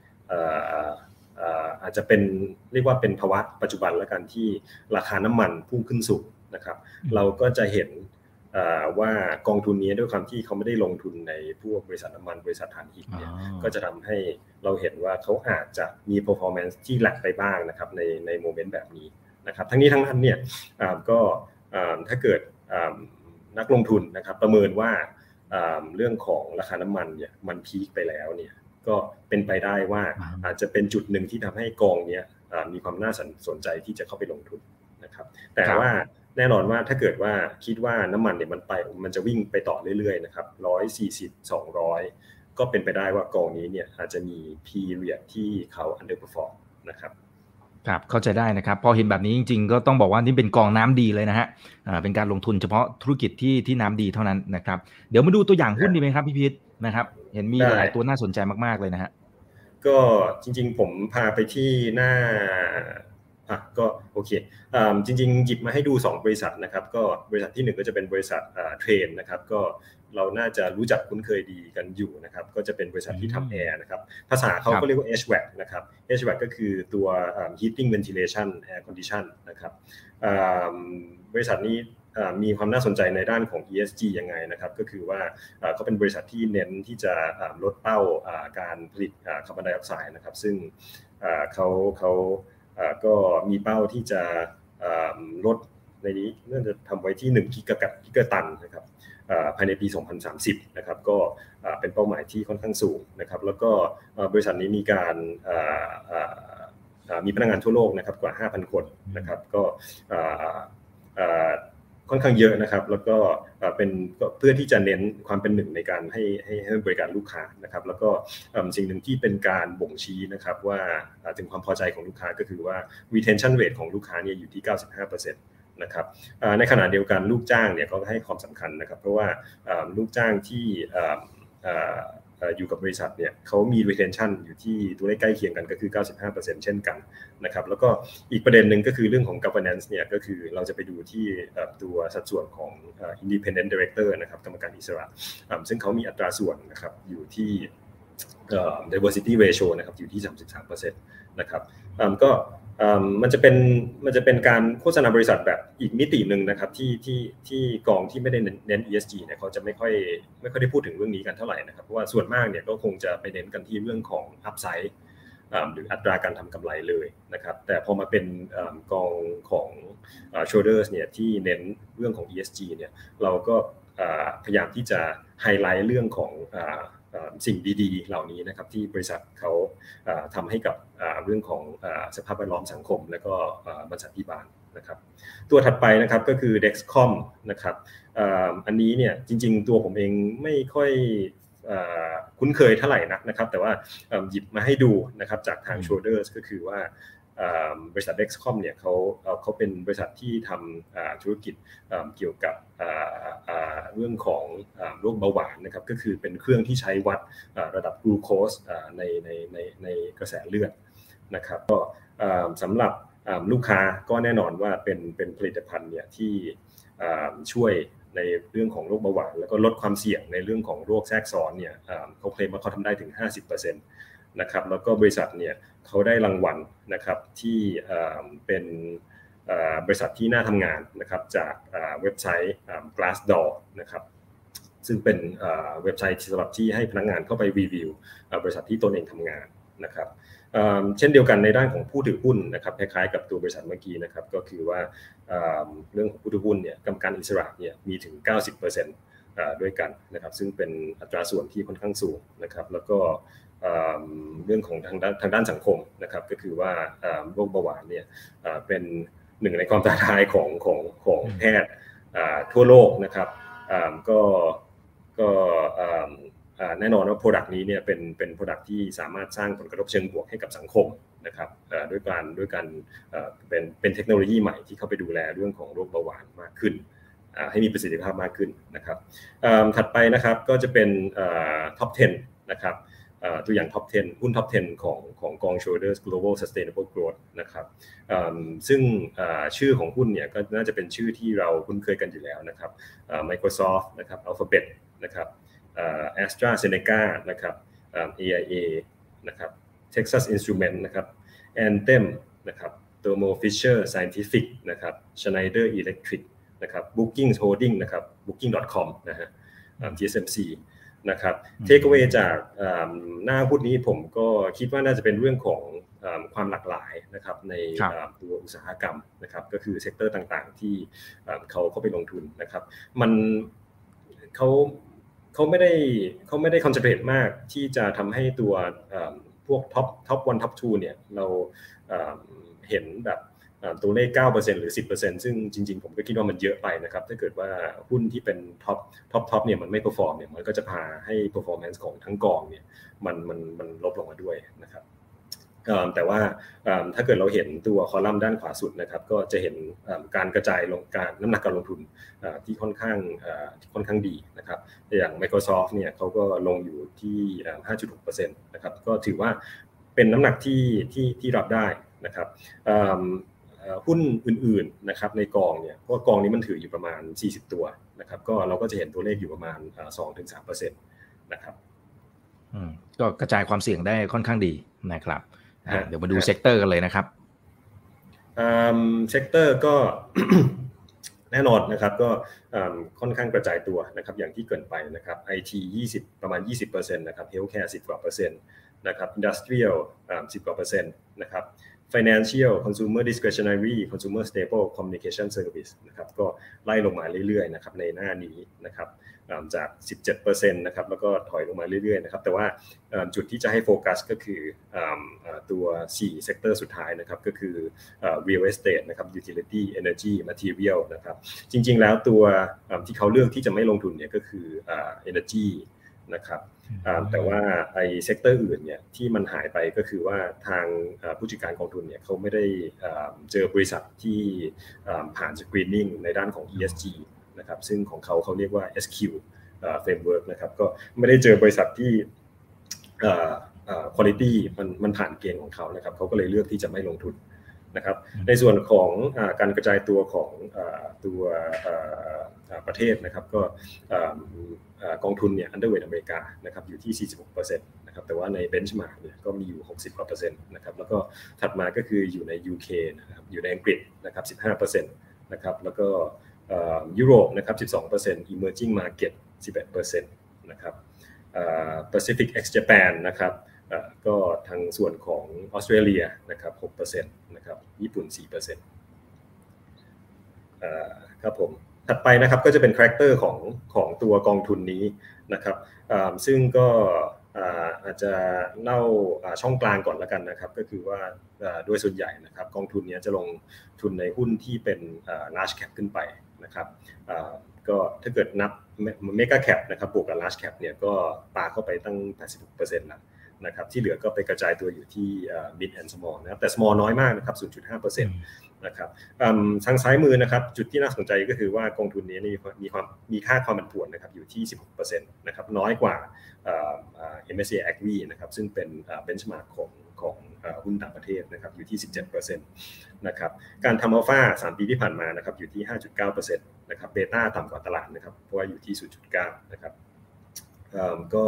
อาจจะเป็นเรียกว่าเป็นภาวะปัจจุบันแล้วกันที่ราคาน้ำมันพุ่งขึ้นสูงนะครับเราก็จะเห็นว่ากองทุนนี้ด้วยความที่เขาไม่ได้ลงทุนในพวกบริษัทน้ำมันบริษัทถ่านหินเนี่ยก็จะทำให้เราเห็นว่าเขาอาจจะมี performance ที่แลกไปบ้างนะครับในโมเมนต์แบบนี้นะครับทั้งนี้ทั้งนั้นเนี่ยก็ถ้าเกิดนักลงทุนนะครับประเมินว่าเรื่องของราคาน้ำมันเนี่ยมันพีคไปแล้วเนี่ยก็เป็นไปได้ว่าอาจจะเป็นจุดหนึ่งที่ทำให้กองนี้มีความน่าสนใจที่จะเข้าไปลงทุนนะครับแต่ว่าแน่นอนว่าถ้าเกิดว่าคิดว่าน้ำมันเนี่ยมันจะวิ่งไปต่อเรื่อยๆนะครับ140 200ก็เป็นไปได้ว่ากองนี้เนี่ยอาจจะมี period ที่เขา underperform นะครับครับเข้าใจได้นะครับพอเห็นแบบนี้จริงๆก็ต้องบอกว่านี่เป็นกองน้ำดีเลยนะฮะเป็นการลงทุนเฉพาะธุรกิจที่น้ำดีเท่านั้นนะครับเดี๋ยวมาดูตัวอย่างหุ้นดีไหมครับพี่พีทนะครับเห็นมีหลายตัวน่าสนใจมากๆเลยนะฮะก็จริงๆผมพาไปที่หน้าก็โอเคจริงๆหยิบมาให้ดู2บริษัทนะครับก็บริษัทที่1ก็จะเป็นบริษัทเทรนนะครับก็เราน่าจะรู้จักคุ้นเคยดีกันอยู่นะครับก็จะเป็นบริษัทที่ทำแอร์นะครับภาษาเขาก็เรียกว่า HVAC นะครับ HVAC ก็คือตัว heating ventilation air condition นะครับบริษัทนี้มีความน่าสนใจในด้านของ ESG ยังไงนะครับก็คือว่าเขาเป็นบริษัทที่เน้นที่จะลดเป้าการผลิตคาร์บอนไดออกไซด์นะครับซึ่งเขาก็มีเป้าที่จะลดในนี้น่าจะทำไว้ที่1กิกะตันนะครับภายในปี 2030 นะครับก็เป็นเป้าหมายที่ค่อนข้างสูงนะครับแล้วก็บริษัทนี้มีการมีพนักงานทั่วโลกนะครับกว่า 5,000 คนนะครับก็ค่อนข้างเยอะนะครับแล้วก็เป็นเพื่อที่จะเน้นความเป็นหนึ่งในการให้บริการลูกค้านะครับแล้วก็สิ่งหนึ่งที่เป็นการบ่งชี้นะครับว่าถึงความพอใจของลูกค้าก็คือว่า retention rate ของลูกค้าเนี่ยอยู่ที่ 95% นะครับในขณะเดียวกันลูกจ้างเนี่ยก็ให้ความสำคัญนะครับเพราะว่าลูกจ้างที่อยู่กับบริษัทเนี่ยเขามี retention อยู่ที่ตัวเลขใกล้เคียงกันก็คือ 95% เช่นกันนะครับแล้วก็อีกประเด็นหนึ่งก็คือเรื่องของ governance เนี่ยก็คือเราจะไปดูที่ตัวสัดส่วนของindependent director นะครับกรรมการอิสระซึ่งเขามีอัตราส่วนนะครับอยู่ที่diversity ratio นะครับอยู่ที่ 33% นะครับก็มันจะเป็นการโฆษณาบริษัทแบบอีกมิตินึงนะครับที่กองที่ไม่ได้เน้น ESG เนี่ยเขาจะไม่ค่อยได้พูดถึงเรื่องนี้กันเท่าไหร่นะครับเพราะว่าส่วนมากเนี่ยก็คงจะไปเน้นกันที่เรื่องของ upside หรืออัตราการทำกำไรเลยนะครับแต่พอมาเป็นกองของ Shoulders เนี่ยที่เน้นเรื่องของ ESG เนี่ยเราก็พยายามที่จะไฮไลท์เรื่องของสิ่งดีๆเหล่านี้นะครับที่บริษัทเขาทำให้กับเรื่องของสภาพแวดล้อมสังคมและก็บริษัทพิบาลนะครับตัวถัดไปนะครับก็คือ Dexcom นะครับอันนี้เนี่ยจริงๆตัวผมเองไม่ค่อยคุ้นเคยเท่าไหร่นักนะครับแต่ว่าหยิบมาให้ดูนะครับจากทาง Shoulders ก็คือว่าบริษัท Dexcom เนี่ยเขาเป็นบริษัทที่ทำธุรกิจเกี่ยวกับเรื่องของโรคเบาหวานนะครับก็คือเป็นเครื่องที่ใช้วัดระดับกลูโคสในกระแสเลือดนะครับก็สำหรับลูกค้าก็แน่นอนว่าเป็นผลิตภัณฑ์เนี่ยที่ช่วยในเรื่องของโรคเบาหวานแล้วก็ลดความเสี่ยงในเรื่องของโรคแทรกซ้อนเนี่ยเขาเคลมว่าเขาทำได้ถึง 50% นะครับแล้วก็บริษัทเนี่ยเขาได้รางวัลนะครับที่เป็นบริษัทที่น่าทำงานนะครับจากเว็บไซต์ Glassdoor นะครับซึ่งเป็นเว็บไซต์สำหรับที่ให้พนักงานเข้าไปรีวิวบริษัทที่ตนเองทำงานนะครับเช่นเดียวกันในด้านของผู้ถือหุ้นนะครับคล้ายๆกับตัวบริษัทเมื่อกี้นะครับก็คือว่าเรื่องของผู้ถือหุ้นเนี่ยกรรมการอิสระเนี่ยมีถึง 90% ด้วยกันนะครับซึ่งเป็นอัตราส่วนที่ค่อนข้างสูงนะครับแล้วก็เรื่องของทางด้านสังคมนะครับก็คือว่าโรคเบาหวานเนี่ยเป็นหนึ่งในความท้าทายของแพทย์ทั่วโลกนะครับก็แน่นอนว่า product นี้เนี่ยเป็น product ที่สามารถสร้างผลกระทบเชิงบวกให้กับสังคมนะครับด้วยการเป็นเทคโนโลยีใหม่ที่เข้าไปดูแลเรื่องของโรคเบาหวานมากขึ้นให้มีประสิทธิภาพมากขึ้นนะครับถัดไปนะครับก็จะเป็น top 10 นะครับตัวอย่าง top 10 หุ้น top 10 ของกอง Schroders Global Sustainable Growth นะครับซึ่งชื่อของหุ้นเนี่ยก็น่าจะเป็นชื่อที่เราคุ้นเคยกันอยู่แล้วนะครับMicrosoft นะครับ Alphabet นะครับAstraZeneca นะครับAIA นะครับ Texas Instruments นะครับ Anthem นะครับ Thermo Fisher Scientific นะครับ Schneider Electric นะครับ Booking Holding นะครับ Booking.com นะฮะTSMC นะครับเทคเอาไว้จากหน้าหุ้นนี้ผมก็คิดว่าน่าจะเป็นเรื่องของความหลากหลายนะครับในตัวอุตสาหกรรมนะครับก็คือเซกเตอร์ต่างๆที่เขาเข้าไปลงทุนนะครับเขาไม่ได้คอนเซนเทรตมากที่จะทำให้ตัวพวกท็อป1ท็อป2เนี่ยเราเห็นแบบตัวเลข 9% หรือ 10% ซึ่งจริงๆผมก็คิดว่ามันเยอะไปนะครับถ้าเกิดว่าหุ้นที่เป็นท็อปเนี่ยมันไม่เพอร์ฟอร์มเนี่ยมันก็จะพาให้ performance ของทั้งกองเนี่ยมันลดลงมาด้วยนะครับแต่ว่าถ้าเกิดเราเห็นตัวคอลัมน์ด้านขวาสุดนะครับก็จะเห็นการกระจายลงการน้ำหนักการลงทุนที่ค่อนข้างดีนะครับอย่าง Microsoft เนี่ยเขาก็ลงอยู่ที่ 5.6% นะครับก็ถือว่าเป็นน้ำหนักที่รับได้นะครับหุ้นอื่นๆนะครับในกองเนี่ยเพราะกองนี้มันถืออยู่ประมาณ40ตัวนะครับก็เราก็จะเห็นตัวเลขอยู่ประมาณ 2-3% นะครับก็กระจายความเสี่ยงได้ค่อนข้างดีนะครับเดี๋ยวมาดูเซกเตอร์กันเลยนะครับเซกเตอร์ก็ แน่นอนนะครับก็ค่อนข้างกระจายตัวนะครับอย่างที่เกริ่นไปนะครับ IT ประมาณ 20% นะครับ Healthcare 10 กว่า%นะครับ Industrial 10 กว่า%นะครับFinancial Consumer Discretionary Consumer Staple Communication Service นะครับก็ไล่ลงมาเรื่อยๆนะครับในหน้านี้นะครับจาก 17% นะครับแล้วก็ถอยลงมาเรื่อยๆนะครับแต่ว่าจุดที่จะให้โฟกัสก็คือตัว4เซกเตอร์สุดท้ายนะครับก็คือ Real Estate นะครับ Utility Energy Material นะครับจริงๆแล้วตัวที่เขาเลือกที่จะไม่ลงทุนเนี่ยก็คือEnergy นะครับแต่ว่าไอ้เซกเตอร์อื่นเนี่ยที่มันหายไปก็คือว่าทางผู้จัดการกองทุนเนี่ยเขาไม่ได้เจอบริษัทที่ผ่านสกรีนนิ่งในด้านของ ESG นะครับซึ่งของเขาเรียกว่า SQ framework นะครับก็ไม่ได้เจอบริษัทที่quality มันผ่านเกณฑ์ของเขานะครับเขาก็เลยเลือกที่จะไม่ลงทุนนะครับในส่วนของการกระจายตัวของตัวประเทศนะครับก็กองทุนเนี่ย underweight อเมริกานะครับอยู่ที่ 46% นะครับแต่ว่าใน benchmark เนี่ยก็มีอยู่60กว่า%นะครับแล้วก็ถัดมาก็คืออยู่ใน UK นะครับอยู่ในอังกฤษนะครับ 15% นะครับแล้วก็ยุโรปนะครับ 12% emerging market 11% นะครับPacific ex Japan นะครับก็ทางส่วนของออสเตรเลียนะครับ 6% นะครับญี่ปุ่น 4% ครับผมถัดไปนะครับก็จะเป็นคาแรคเตอร์ของตัวกองทุนนี้นะครับซึ่งก็อาจจะเล่าช่องกลางก่อนแล้วกันนะครับก็คือว่าโดยส่วนใหญ่นะครับกองทุนนี้จะลงทุนในหุ้นที่เป็น large cap ขึ้นไปนะครับก็ถ้าเกิดนับ mega cap นะครับบวกกับ large cap เนี่ยก็ปาเข้าไปตั้ง 86% แล้วนะครับที่เหลือก็ไปกระจายตัวอยู่ที่ mid and small นะครับแต่ small น้อยมากนะครับ 0.5% นะครับทางซ้ายมือนะครับจุดที่น่าสนใจก็คือว่ากองทุนนี้มีค่าความผันผวนนะครับอยู่ที่ 16% นะครับน้อยกว่าMSCI ACWI นะครับซึ่งเป็นbenchmark ของหุ้นต่างประเทศนะครับอยู่ที่ 17% นะครับการทำอัลฟา3 ปีที่ผ่านมานะครับอยู่ที่ 5.9% นะครับเบต้าต่ำกว่าตลาดนะครับเพราะว่าอยู่ที่ 0.9 นะครับก็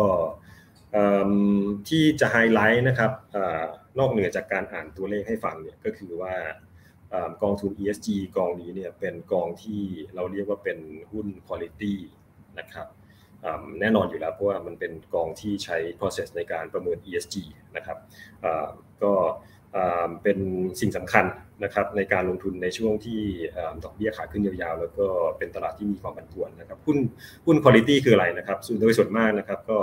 ที่จะไฮไลท์นะครับนอกเหนือจากการอ่านตัวเลขให้ฟังเนี่ยก็คือว่ากองทุน ESG กองนี้เนี่ยเป็นกองที่เราเรียกว่าเป็นหุ้น quality นะครับแน่นอนอยู่แล้วเพราะว่ามันเป็นกองที่ใช้ process ในการประเมิน ESG นะครับก็เป็นสิ่งสำคัญนะครับในการลงทุนในช่วงที่ดอกเบี้ยขาขึ้นยาวๆแล้วก็เป็นตลาดที่มีความผันผวนนะครับหุ้น quality คืออะไรนะครับโดยส่วนมากนะครับก็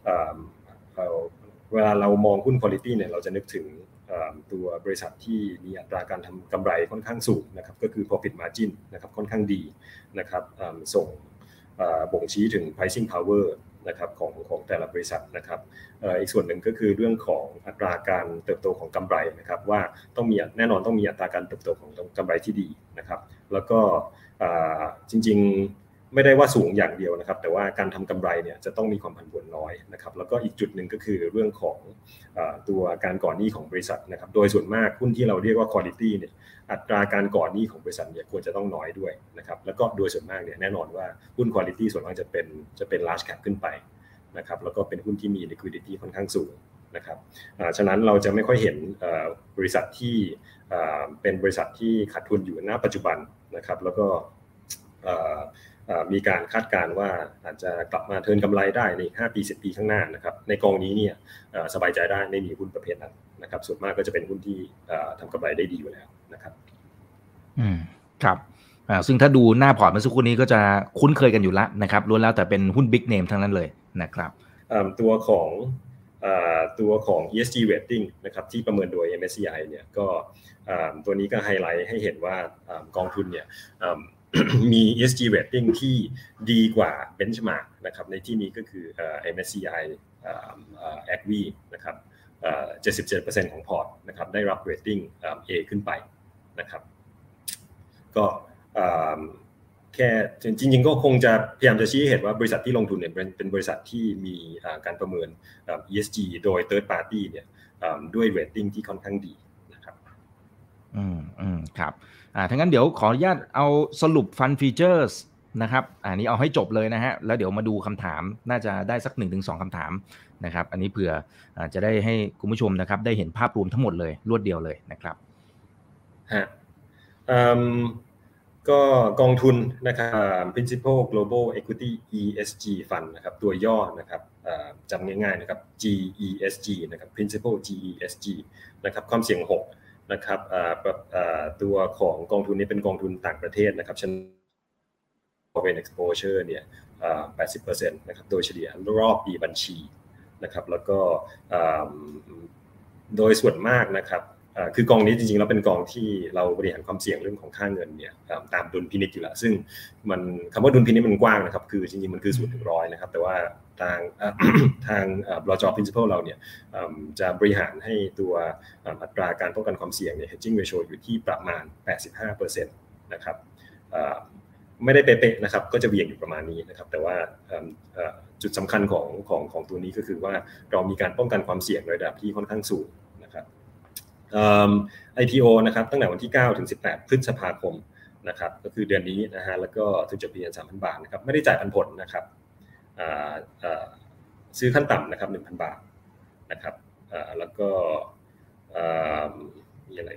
เวลาเรามองหุ้น quality เนี่ยเราจะนึกถึงตัวบริษัทที่มีอัตราการทำกำไรค่อนข้างสูงนะครับก็คือ profit margin นะครับค่อนข้างดีนะครับส่งบ่งชี้ถึง pricing power นะครับของแต่ละบริษัทนะครับอีกส่วนหนึ่งก็คือเรื่องของอัตราการเติบโตของกำไรนะครับว่าแน่นอนต้องมีอัตราการเติบโตของกำไรที่ดีนะครับแล้วก็จริงๆไม่ได้ว่าสูงอย่างเดียวนะครับแต่ว่าการทำกำไรเนี่ยจะต้องมีความผันผวนน้อยนะครับแล้วก็อีกจุดหนึ่งก็คือเรื่องของตัวการก่อหนี้ของบริษัทนะครับโดยส่วนมากหุ้นที่เราเรียกว่า quality เนี่ยอัตราการก่อหนี้ของบริษัทเนี่ยควรจะต้องน้อยด้วยนะครับแล้วก็โดยส่วนมากเนี่ยแน่นอนว่าหุ้น quality ส่วนมากจะเป็น large cap ขึ้นไปนะครับแล้วก็เป็นหุ้นที่มี liquidity ค่อนข้างสูงนะครับฉะนั้นเราจะไม่ค่อยเห็นบริษัทที่เป็นบริษัทที่ขาดทุนอยู่ณปัจจุบันนะครับแล้วก็มีการคาดการณ์ว่าอาจจะกลับมาเทิร์นกำไรได้ใน5 ปี 10 ปีข้างหน้านะครับในกองนี้เนี่ยสบายใจได้ไม่มีหุ้นประเภทนั้นนะครับส่วนมากก็จะเป็นหุ้นที่ทำกำไรได้ดีอยู่แล้วนะครับครับซึ่งถ้าดูหน้าพอร์ตเมื่อสักครู่นี้ก็จะคุ้นเคยกันอยู่แล้วนะครับล้วนแล้วแต่เป็นหุ้นบิ๊กเนมทั้งนั้นเลยนะครับตัวของ ESG rating นะครับที่ประเมินโดย MSCI เนี่ยก็ตัวนี้ก็ไฮไลท์ให้เห็นว่ากองทุนเนี่ยมี ESG rating ที่ดีกว่า benchmark นะครับในที่นี้ก็คือMSCI ACWI นะครับ77% ของพอร์ตนะครับได้รับ rating A ขึ้นไปนะครับก็แค่จริงๆก็คงจะพยายามจะชี้เห็นว่าบริษัทที่ลงทุนเนี่ยเป็นบริษัทที่มีการประเมิน ESG โดย third party เนี่ยด้วย rating ที่ค่อนข้างดีนะครับครับทั้งนั้นเดี๋ยวขออนุญาตเอาสรุป Fund Features นะครับอันนี้เอาให้จบเลยนะฮะแล้วเดี๋ยวมาดูคำถามน่าจะได้สัก 1-2 คำถามนะครับอันนี้เผื่อจะได้ให้คุณผู้ชมนะครับได้เห็นภาพรวมทั้งหมดเลยรวดเดียวเลยนะครับก็กองทุนนะครับ Principal Global Equity ESG Fund นะครับตัวย่อนะครับจำง่ายๆนะครับ GESG นะครับ Principal GESG นะครับความเสี่ยง6นะครับตัวของกองทุนนี้เป็นกองทุนต่างประเทศนะครับฉะนั้น Foreign Exposure เนี่ย 80% นะครับโดยเฉลี่ยรอบปีบัญชีนะครับแล้วก็โดยส่วนมากนะครับคือกองนี้จริงๆแล้วเป็นกองที่เราบริหารความเสี่ยงเรื่องของค่าเงินเนี่ยตามดุลพินิจอยู่แล้วซึ่งมันคำว่าดุลพินิจมันกว้างนะครับคือจริงๆมันคือ0 ถึง 100นะครับแต่ว่าทางบลจ. Principal เราเนี่ยจะบริหารให้ตัวอัตราการป้องกันความเสี่ยงเนี่ย hedging ratio อยู่ที่ประมาณ 85% นะครับไม่ได้เป๊ะๆนะครับก็จะเบี่ยงอยู่ประมาณนี้นะครับแต่ว่าจุดสำคัญของตัวนี้ก็คือว่าเรามีการป้องกันความเสี่ยงในระดับที่ค่อนข้างสูงนะครับIPO นะครับตั้งแต่วันที่9 ถึง 18 พฤษภาคมนะครับก็คือเดือนนี้นะฮะแล้วก็ทุนจดทะเบียน 3,000 บาทนะครับไม่ได้จ่ายปันผลนะครับซื้อขั้นต่ำนะครับ 1,000 บาทนะครับแล้วก็มีอะไร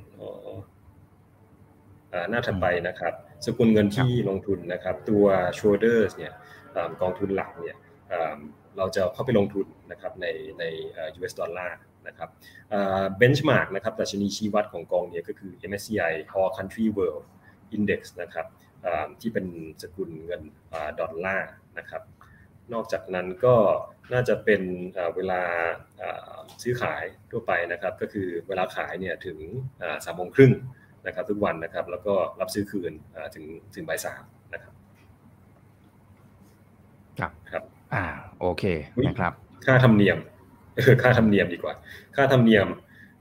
หน้าถัดไปนะครับสกุลเงินที่ลงทุนนะครับตัว Schroders เนี่ยกองทุนหลักเนี่ยเราจะเข้าไปลงทุนนะครับใน US ดอลลาร์นะครับbenchmark นะครับดัชนีชี้วัดของกองเนี่ยก็คือ MSCI All Country World Index นะครับที่เป็นสกุลเงินดอลลาร์นะครับนอกจากนั้นก็น่าจะเป็นเวลาซื้อขายทั่วไปนะครับก็คือเวลาขายเนี่ยถึง 3:30 น.นะครับทุกวันนะครับแล้วก็รับซื้อคืนถึงบ่าย 3นะครับครับโอเคนะครับค่าธรรมเนียมค่าธรรมเนียมดีกว่าค่าธรรมเนียม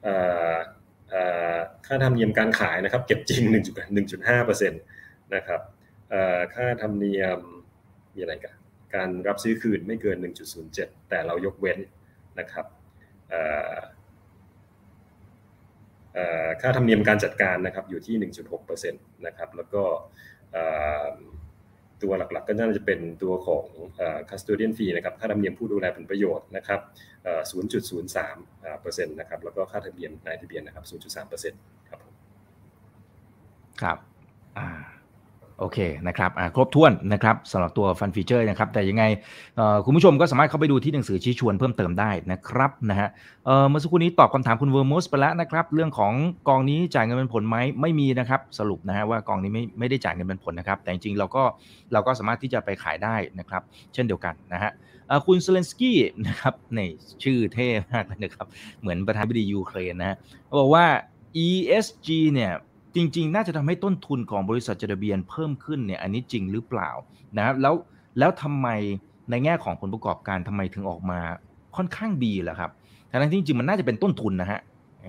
ค่าธรรมเนียมการขายนะครับเก็บจริง 1.5% นะครับค่าธรรมเนียมมีอะไรกันการรับซื้อคืนไม่เกิน 1.07 แต่เรายกเว้นนะครับค่าธรรมเนียมการจัดการนะครับอยู่ที่ 1.6% นะครับแล้วก็ตัวหลักๆก็น่าจะเป็นตัวของ custodian fee นะครับค่าธรรมเนียมผู้ดูแลผลประโยชน์นะครับ0.03% นะครับแล้วก็ค่าธรรมเนียมนายทะเบียนนะครับ 0.3% ครับครับโอเคนะครับครบถ้วนนะครับสำหรับตัวฟันฟีเจอร์นะครับแต่ยังไงคุณผู้ชมก็สามารถเข้าไปดูที่หนังสือชี้ชวนเพิ่มเติมได้นะครับนะฮะเมื่อสักครู่นี้ตอบคำถามคุณเวอร์มูสไปแล้วนะครับเรื่องของกองนี้จ่ายเงินเป็นผลไหมไม่มีนะครับสรุปนะฮะว่ากองนี้ไม่ได้จ่ายเงินเป็นผลนะครับแต่จริงๆเราก็สามารถที่จะไปขายได้นะครับเช่นเดียวกันนะฮะคุณเซเลนสกี้นะครับนี่ชื่อเท่มากเลยนะครับเหมือนประธานาธิบดียูเครนนะฮะบอกว่า ESG เนี่ยจริงๆน่าจะทำให้ต้นทุนของบริษัทจดทะเบียนเพิ่มขึ้นเนี่ยอันนี้จริงหรือเปล่านะครับแล้วทำไมในแง่ของผลประกอบการทำไมถึงออกมาค่อนข้างดีล่ะครับทั้งที่จริงๆมันน่าจะเป็นต้นทุนนะฮะ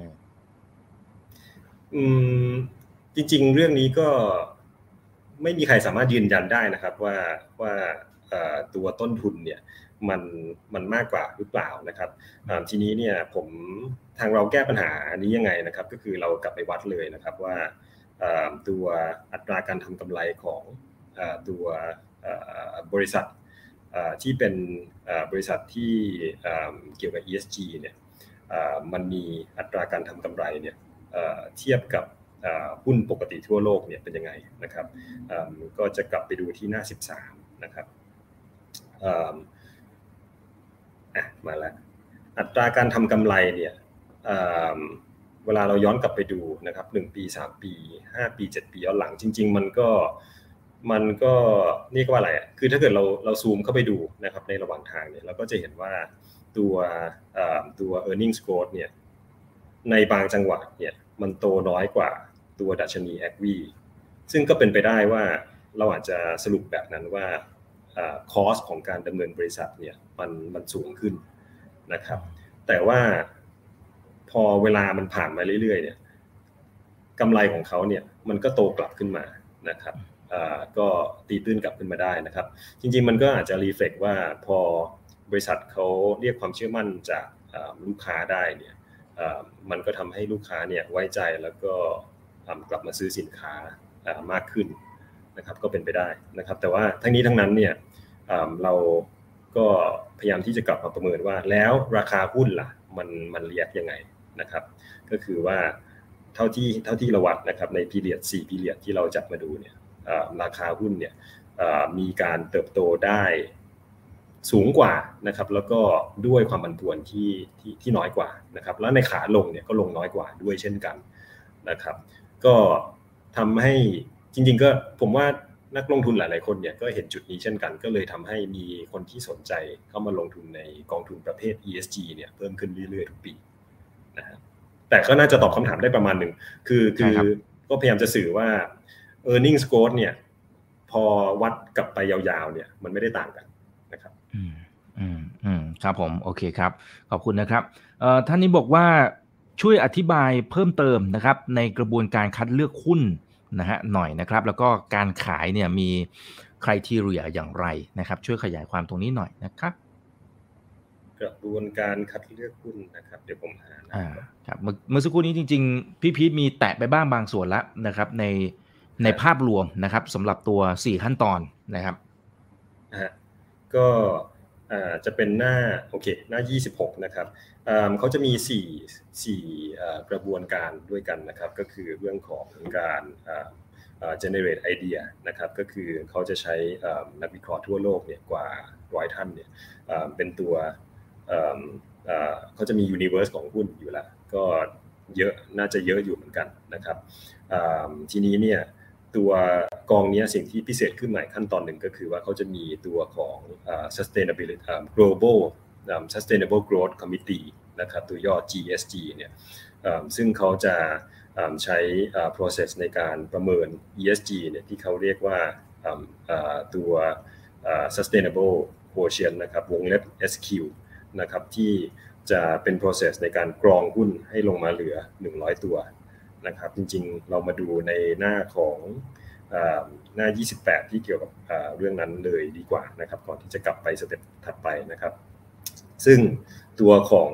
จริงๆเรื่องนี้ก็ไม่มีใครสามารถยืนยันได้นะครับว่าตัวต้นทุนเนี่ยมันมากกว่าหรือเปล่านะครับทีนี้เนี่ยทางเราแก้ปัญหาอันนี้ยังไงนะครับก็คือเรากลับไปวัดเลยนะครับว่าตัวอัตราการทำกำไรของตัวบริษัทที่เป็นบริษัทที่เกี่ยวกับ ESG เนี่ยมันมีอัตราการทำกำไรเนี่ยเทียบกับหุ้นปกติทั่วโลกเนี่ยเป็นยังไงนะครับก็จะกลับไปดูที่หน้า13นะครับมาแล้วอัตราการทำกำไรเนี่ยเวลาเราย้อนกลับไปดูนะครับ1ปี3ปี5ปี7ปีย้อนหลังจริงๆมันก็นี่ก็ว่าอะไรคือถ้าเกิดเราซูมเข้าไปดูนะครับในระหว่างทางเนี่ยเราก็จะเห็นว่าตัว earnings growth เนี่ยในบางจังหวะเนี่ยมันโตน้อยกว่าตัวดัชนี ACWI ซึ่งก็เป็นไปได้ว่าเราอาจจะสรุปแบบนั้นว่าคอสของการดำเนินบริษัทเนี่ยมันสูงขึ้นนะครับแต่ว่าพอเวลามันผ่านมาเรื่อยๆเนี่ยกำไรของเขาเนี่ยมันก็โตกลับขึ้นมานะครับก็ตีตื้นกลับขึ้นมาได้นะครับจริงๆมันก็อาจจะรีเฟล็กว่าพอบริษัทเขาเรียกความเชื่อมั่นจากลูกค้าได้เนี่ยมันก็ทำให้ลูกค้าเนี่ยไว้ใจแล้วก็กลับมาซื้อสินค้ามากขึ้นนะครับก็เป็นไปได้นะครับแต่ว่าทั้งนี้ทั้งนั้นเนี่ยเราก็พยายามที่จะกลับมาประเมินว่าแล้วราคาหุ้นล่ะมันเรียกยังไงนะครับก็คือว่าเท่าที่เราวัดนะครับใน period 4 period ที่เราจับมาดูเนี่ยราคาหุ้นเนี่ยมีการเติบโตได้สูงกว่านะครับแล้วก็ด้วยความผันผวนที่น้อยกว่านะครับแล้วในขาลงเนี่ยก็ลงน้อยกว่าด้วยเช่นกันนะครับก็ทำให้จริงๆก็ผมว่านักลงทุนหลายๆคนเนี่ยก็เห็นจุดนี้เช่นกันก็เลยทำให้มีคนที่สนใจเข้ามาลงทุนในกองทุนประเภท ESG เนี่ยเพิ่มขึ้นเรื่อยๆทุกปีนะฮะแต่ก็น่าจะตอบคำถามได้ประมาณหนึ่งคือก็พยายามจะสื่อว่า earnings growth เนี่ยพอวัดกลับไปยาวๆเนี่ยมันไม่ได้ต่างกันนะครับครับผมโอเคครับขอบคุณนะครับท่านนี้บอกว่าช่วยอธิบายเพิ่มเติมนะครับในกระบวนการคัดเลือกหุ้นนะฮะหน่อยนะครับแล้วก็การขายเนี่ยมี criteria อย่างไรนะครับช่วยขยายความตรงนี้หน่อยนะครับกระบวนการคัดเลือกหุ้นนะครับเดี๋ยวผมหาครับเมื่อสักครู่นี้จริงๆพี่พีทมีแตะไปบ้างบางส่วนแล้วนะครับในภาพรวมนะครับสำหรับตัว4ขั้นตอนนะครับก็จะเป็นหน้าโอเคหน้า26นะครับเขาจะมี4กระบวนการด้วยกันนะครับก็คือเรื่องของการ generate idea นะครับก็คือเขาจะใช้นักวิเคราะห์ทั่วโลกเนี่ยกว่า100ท่านเนี่ยเป็นตัวเขาจะมี universe ของหุ้นอยู่แล้วก็เยอะน่าจะเยอะอยู่เหมือนกันนะครับทีนี้เนี่ยตัวกองนี้สิ่งที่พิเศษขึ้นใหม่ขั้นตอนหนึ่งก็คือว่าเขาจะมีตัวของ sustainability global sustainable growth committee นะครับตัวย่อ GSG เนี่ยซึ่งเขาจะใช้ process ในการประเมิน ESG เนี่ยที่เขาเรียกว่าตัว sustainable quotient นะครับวงเล็บ SQ นะครับที่จะเป็น process ในการกรองหุ้นให้ลงมาเหลือ100ตัวนะครับจริงๆเรามาดูในหน้าของหน้า28ที่เกี่ยวกับเรื่องนั้นเลยดีกว่านะครับก่อนที่จะกลับไปสเต็ปถัดไปนะครับซึ่งตัวของ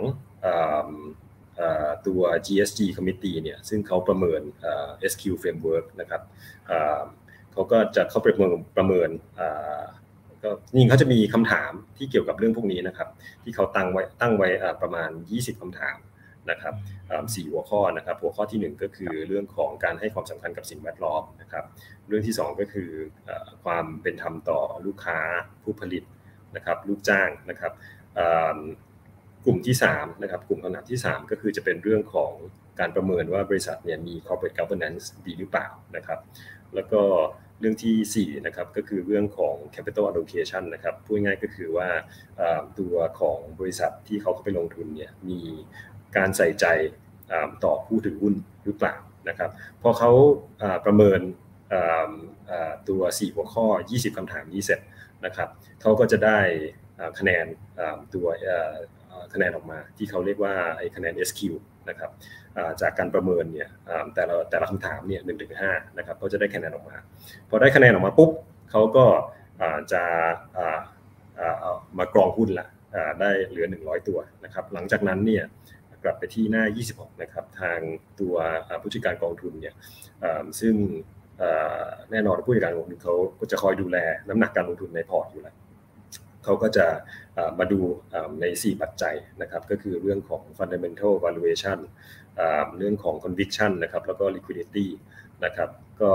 ตัว GSG Committee เนี่ยซึ่งเขาประเมินSQ Framework นะครับเขาก็จะเข้าประเมินก็จริงเขาจะมีคำถามที่เกี่ยวกับเรื่องพวกนี้นะครับที่เขาตั้งไว้ประมาณ20คำถามนะครับ4หัวข้อนะครับหัวข้อที่1ก็คือเรื่องของการให้ความสำคัญกับสิ่งแวดล้อมนะครับเรื่องที่2ก็คือความเป็นธรรมต่อลูกค้าผู้ผลิตนะครับลูกจ้างนะครับกลุ่มที่3นะครับกลุ่มคำถามที่3ก็คือจะเป็นเรื่องของการประเมินว่าบริษัทเนี่ยมี corporate governance ดีหรือเปล่านะครับแล้วก็เรื่องที่4นะครับก็คือเรื่องของ capital allocation นะครับพูดง่ายก็คือว่าตัวของบริษัทที่เขาเข้าไปลงทุนเนี่ยมีการใส่ใจต่อผู้ถือหุ้นหรือเปล่านะครับพอเขาประเมินตัว4หัวข้อ20คำถามนี้เสร็จนะครับเขาก็จะได้คะแนนตัวคะแนนออกมาที่เขาเรียกว่าไอ้คะแนน SQ นะครับจากการประเมินเนี่ยแต่ละคำถามเนี่ย1 ถึง 5นะครับเขาจะได้คะแนนออกมาพอได้คะแนนออกมาปุ๊บเขาก็จะมากรองหุ้นละได้เหลือ100ตัวนะครับหลังจากนั้นเนี่ยกลับไปที่หน้า26นะครับทางตัวผู้จัดการกองทุนเนี่ยซึ่งแน่นอนผู้จัดการกองทุนเขาก็จะคอยดูแลน้ำหนักการลงทุนในพอร์ตอยู่แล้วเขาก็จะมาดูใน4ปัจจัยนะครับก็คือเรื่องของ fundamental valuation เรื่องของ conviction นะครับแล้วก็ liquidity นะครับก็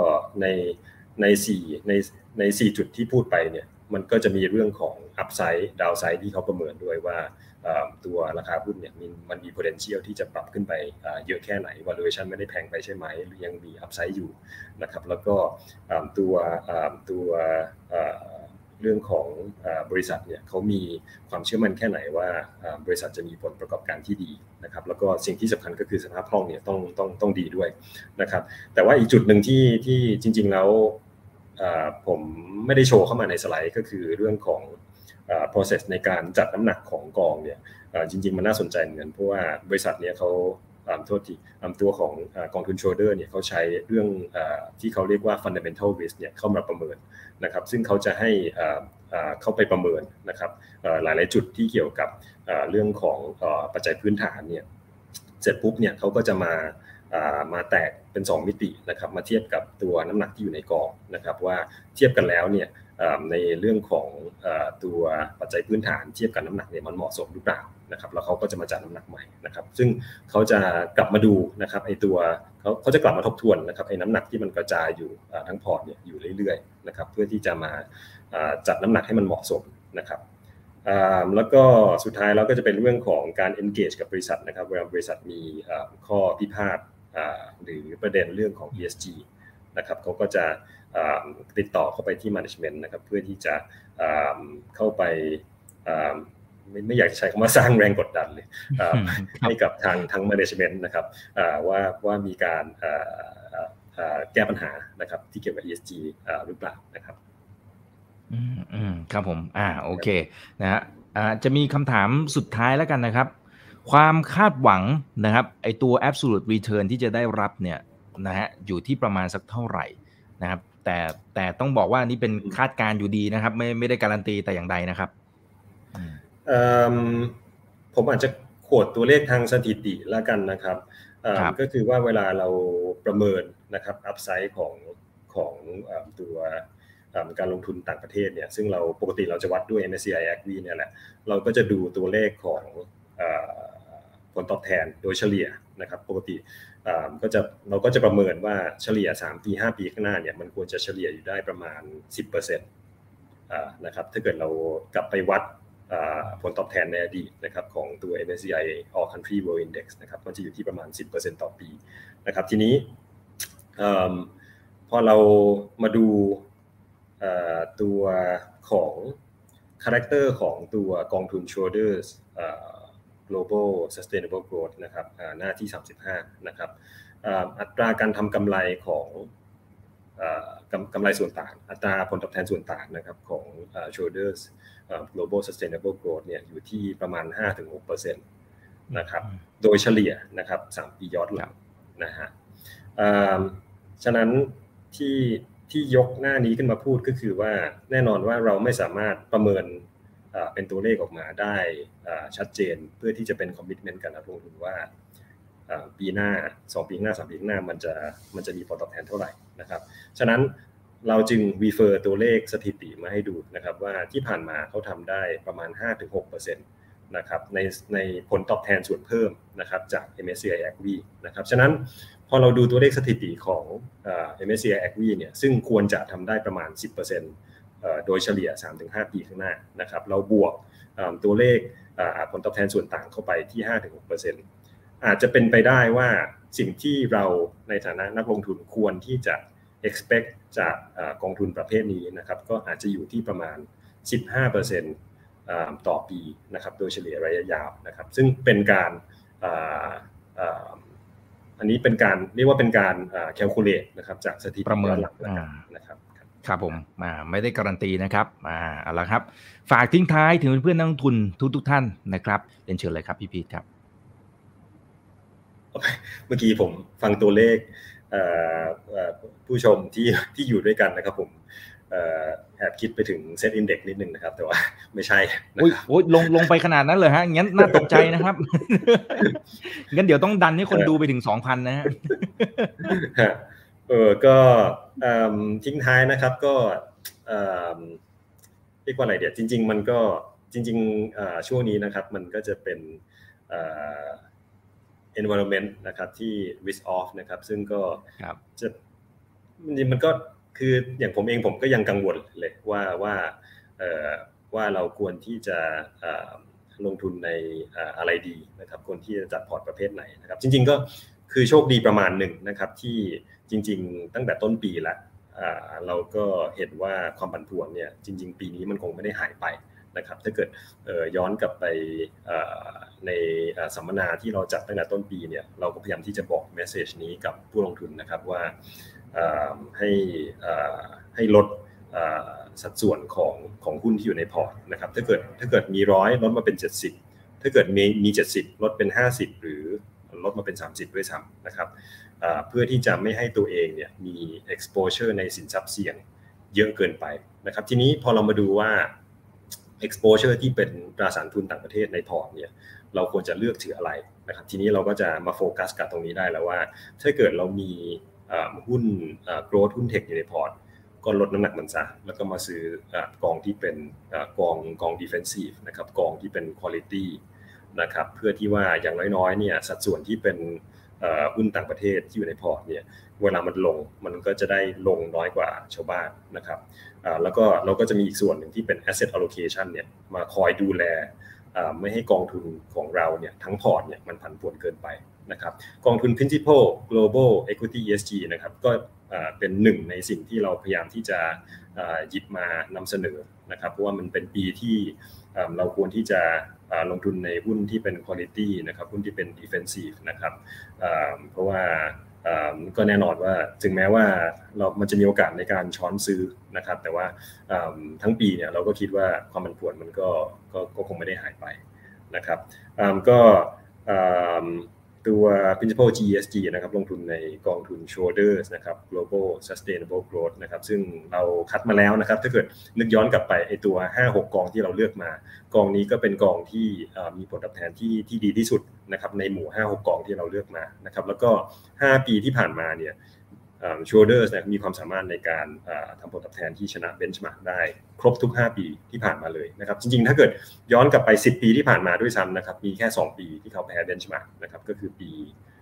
ใน4จุดที่พูดไปเนี่ยมันก็จะมีเรื่องของ upside downside ที่เขาประเมินด้วยว่าตัวราคาหุ้นเนี่ยมันมี potential ที่จะปรับขึ้นไปเยอะแค่ไหน valuation ไม่ได้แพงไปใช่ไหมหรือยังมี upside อยู่นะครับแล้วก็ตัวเรื่องของบริษัทเนี่ยเขามีความเชื่อมั่นแค่ไหนว่าบริษัทจะมีผลประกอบการที่ดีนะครับแล้วก็สิ่งที่สำคัญก็คือสภาพคล่องเนี่ยต้องดีด้วยนะครับแต่ว่าอีกจุดหนึ่งที่จริงๆแล้วผมไม่ได้โชว์เข้ามาในสไลด์ก็คือเรื่องของprocess ในการจัดน้ำหนักของกองเนี่ยจริงๆมันน่าสนใจเหมือนกันเพราะว่าบริษัทเนี่ยเขาตัวของกองทุนโชลเดอร์เนี่ยเขาใช้เรื่องที่เขาเรียกว่า fundamental risk เนี่ยเข้ามาประเมินนะครับซึ่งเขาจะให้เข้าไปประเมินนะครับหลายๆจุดที่เกี่ยวกับเรื่องของปัจจัยพื้นฐานเนี่ยเสร็จปุ๊บเนี่ยเขาก็จะมาแตกเป็น2มิตินะครับมาเทียบกับตัวน้ำหนักที่อยู่ในกองนะครับว่าเทียบกันแล้วเนี่ยในเรื่องของตัวปัจจัยพื้นฐานเทียบกับน้ำหนักเนี่ยมันเหมาะสมหรือเปล่านะครับแล้วเขาก็จะมาจัดน้ำหนักใหม่นะครับซึ่งเขาจะกลับมาดูนะครับไอ้ตัวเขาจะกลับมาทบทวนนะครับไอ้น้ำหนักที่มันกระจายอยู่ทั้งพอร์ตเนี่ยอยู่เรื่อยๆนะครับเพื่อที่จะมาจัดน้ำหนักให้มันเหมาะสมนะครับแล้วก็สุดท้ายเราก็จะเป็นเรื่องของการ engage กับบริษัทนะครับเวลาบริษัทมีข้อพิพาทหรือประเด็นเรื่องของ ESG นะครับเขาก็จะติดต่อเข้าไปที่ management นะครับเพื่อที่จะเข้าไปไม่อยากใช้คำว่าสร้างแรงกดดันเลยให้กับทาง management นะครับว่ามีการแก้ปัญหานะครับที่เกี่ยวกับ ESG หรือเปล่านะครับครับผมโอเคนะฮะจะมีคำถามสุดท้ายแล้วกันนะครับความคาดหวังนะครับไอตัว absolute return ที่จะได้รับเนี่ยนะฮะอยู่ที่ประมาณสักเท่าไหร่นะครับแต่ต้องบอกว่านี่เป็นคาดการณ์อยู่ดีนะครับไม่ได้การันตีแต่อย่างใดนะครับผมอาจจะโขดตัวเลขทางสถิติแล้วกันนะครับก็คือว่าเวลาเราประเมินนะครับอัพไซด์ของตัวการลงทุนต่างประเทศเนี่ยซึ่งเราปกติเราจะวัดด้วย MSCI ACWI เนี่ยแหละเราก็จะดูตัวเลขของผลตอบแทนโดยเฉลี่ยนะครับปกติเราก็จะประเมินว่าเฉลี่ย3 ปี 5 ปีข้างหน้าเนี่ยมันควรจะเฉลี่ยอยู่ได้ประมาณ 10% นะครับถ้าเกิดเรากลับไปวัดผลตอบแทนในอดีตนะครับของตัว MSCI All Country World Index นะครับมันจะอยู่ที่ประมาณ 10% ต่อปีนะครับทีนี้พอเรามาดูตัวของคาแรคเตอร์ของตัวกองทุน Schroders Global Sustainable Growth นะครับหน้าที่35นะครับอัตราการทำกำไรของกำไรส่วนต่างอัตราผลตอบแทนส่วนต่างนะครับของ Schroders Global Sustainable Growth เนี่ยอยู่ที่ประมาณ 5-6% นะครับโดยเฉลี่ยนะครับ3ปีย้อนหลังนะฮะฉะนั้นที่ยกหน้านี้ขึ้นมาพูดก็คือว่าแน่นอนว่าเราไม่สามารถประเมินเป็นตัวเลขออกมาได้ชัดเจนเพื่อที่จะเป็นคอมมิตเมนต์กับนักลงทุนว่าปีหน้า2ปีข้างหน้า3ปีข้างหน้ามันจะมีผลตอบแทนเท่าไหร่นะครับฉะนั้นเราจึง refer ตัวเลขสถิติมาให้ดูนะครับว่าที่ผ่านมาเขาทำได้ประมาณ 5-6% นะครับในผลตอบแทนส่วนเพิ่มนะครับจาก MSCI ACWI นะครับฉะนั้นพอเราดูตัวเลขสถิติของ MSCI ACWI เนี่ยซึ่งควรจะทำได้ประมาณ 10% โดยเฉลี่ย 3-5 ปีข้างหน้านะครับเราบวกตัวเลขผลตอบแทนส่วนต่างเข้าไปที่ 5-6% อาจจะเป็นไปได้ว่าสิ่งที่เราในฐานะนักลงทุนควรที่จะ expect จากกองทุนประเภทนี้นะครับก็อาจจะอยู่ที่ประมาณ 15% ต่อปีนะครับโดยเฉลี่ยระยะยาวนะครับซึ่งเป็นการอันนี้เป็นการเรียกว่าเป็นการ calculate นะครับจากสถิติประเมินหลักนะครับครับผมไม่ได้การันตีนะครับเอาละครับฝากทิ้งท้ายถึงเพื่อนนักลงทุนทุกท่านนะครับเรียนเชิญเลยครับพี่พีทครับเมื่อกี้ผมฟังตัวเลขผู้ชมที่อยู่ด้วยกันนะครับผมแอบคิดไปถึงเซ็ตอินเด็กซ์นิดนึงนะครับแต่ว่าไม่ใช่โอ้ยลงไปขนาดนั้นเลยฮะงั้นน่าตกใจนะครับงั้นเดี๋ยวต้องดันให้คนดูไปถึง 2,000 นะฮะก็ทิ้งท้ายนะครับก็เรียกว่าอะไรเดี๋ยวจริงๆมันก็จริงๆช่วงนี้นะครับมันก็จะเป็นenvironment นะครับที่ risk off นะครับซึ่งก็จะมันก็คืออย่างผมเองผมก็ยังกังวลเลยว่าเราควรที่จะลงทุนในอะไรดีนะครับควรที่จะจัดพอร์ตประเภทไหนนะครับจริงๆก็คือโชคดีประมาณหนึ่งนะครับที่จริงๆตั้งแต่ต้นปีแล้วเราก็เห็นว่าความผันผวนเนี่ยจริงๆปีนี้มันคงไม่ได้หายไปนะครับถ้าเกิดย้อนกลับไปในสัมมนาที่เราจัดตั้งแต่ต้นปีเนี่ยเราก็พยายามที่จะบอกเมสเซจนี้กับผู้ลงทุนนะครับว่าให้ลดสัดส่วนของหุ้นที่อยู่ในพอร์ตนะครับถ้าเกิดมี100ลดมาเป็น70ถ้าเกิดมี70ลดเป็น50หรือลดมาเป็น30ด้วยซ้ำนะครับเพื่อที่จะไม่ให้ตัวเองเนี่ยมี exposure ในสินทรัพย์เสี่ยงเยอะเกินไปนะครับทีนี้พอเรามาดูว่า exposure ที่เป็นตราสารทุนต่างประเทศในพอร์ตเนี่ยเราควรจะเลือกถืออะไรนะครับทีนี้เราก็จะมาโฟกัสกับตรงนี้ได้แล้วว่าถ้าเกิดเรามีหุ้นgrowth หุ้นเทคอยู่ในพอร์ตก็ลดน้ำหนักมันซะแล้วก็มาซื้อกองที่เป็นกอง defensive นะครับกองที่เป็น quality นะครับเพื่อที่ว่าอย่างน้อยๆเนี่ยสัดส่วนที่เป็นหุ้นต่างประเทศที่อยู่ในพอร์ตเนี่ยเวลามันลงมันก็จะได้ลงน้อยกว่าชาวบ้านนะครับแล้วก็เราก็จะมีอีกส่วนหนึ่งที่เป็น asset allocation เนี่ยมาคอยดูแลไม่ให้กองทุนของเราเนี่ยทั้งพอร์ตเนี่ยมันผันผวนเกินไปนะครับกองทุน principal global equity ESG นะครับก็เป็นหนึ่งในสิ่งที่เราพยายามที่จะหยิบมานำเสนอนะครับเพราะว่ามันเป็นปีที่เราควรที่จะลงทุนในหุ้นที่เป็น quality นะครับหุ้นที่เป็น defensive นะครับเพราะว่าก็แน่นอนว่าถึงแม้ว่ามันจะมีโอกาสในการช้อนซื้อนะครับแต่ว่าทั้งปีเนี่ยเราก็คิดว่าความผันผวนมันก็คงไม่ได้หายไปนะครับก็ตัว principal GESG นะครับลงทุนในกองทุน Schroders นะครับ Global Sustainable Growth นะครับซึ่งเราคัดมาแล้วนะครับถ้าเกิดนึกย้อนกลับไปไอ้ตัว 5-6 กองที่เราเลือกมากองนี้ก็เป็นกองที่มีผลตอบแทนที่ดีที่สุดนะครับในหมู่ 5-6 กองที่เราเลือกมานะครับแล้วก็5ปีที่ผ่านมาเนี่ยSchroders เนี่ยมีความสามารถในการทำผลตอบแทนที่ชนะเบนช์มาร์กได้ครบทุก5ปีที่ผ่านมาเลยนะครับจริงๆถ้าเกิดย้อนกลับไป10ปีที่ผ่านมาด้วยซ้ำนะครับมีแค่2ปีที่เขาแพ้เบนช์มาร์กนะครับก็คือปี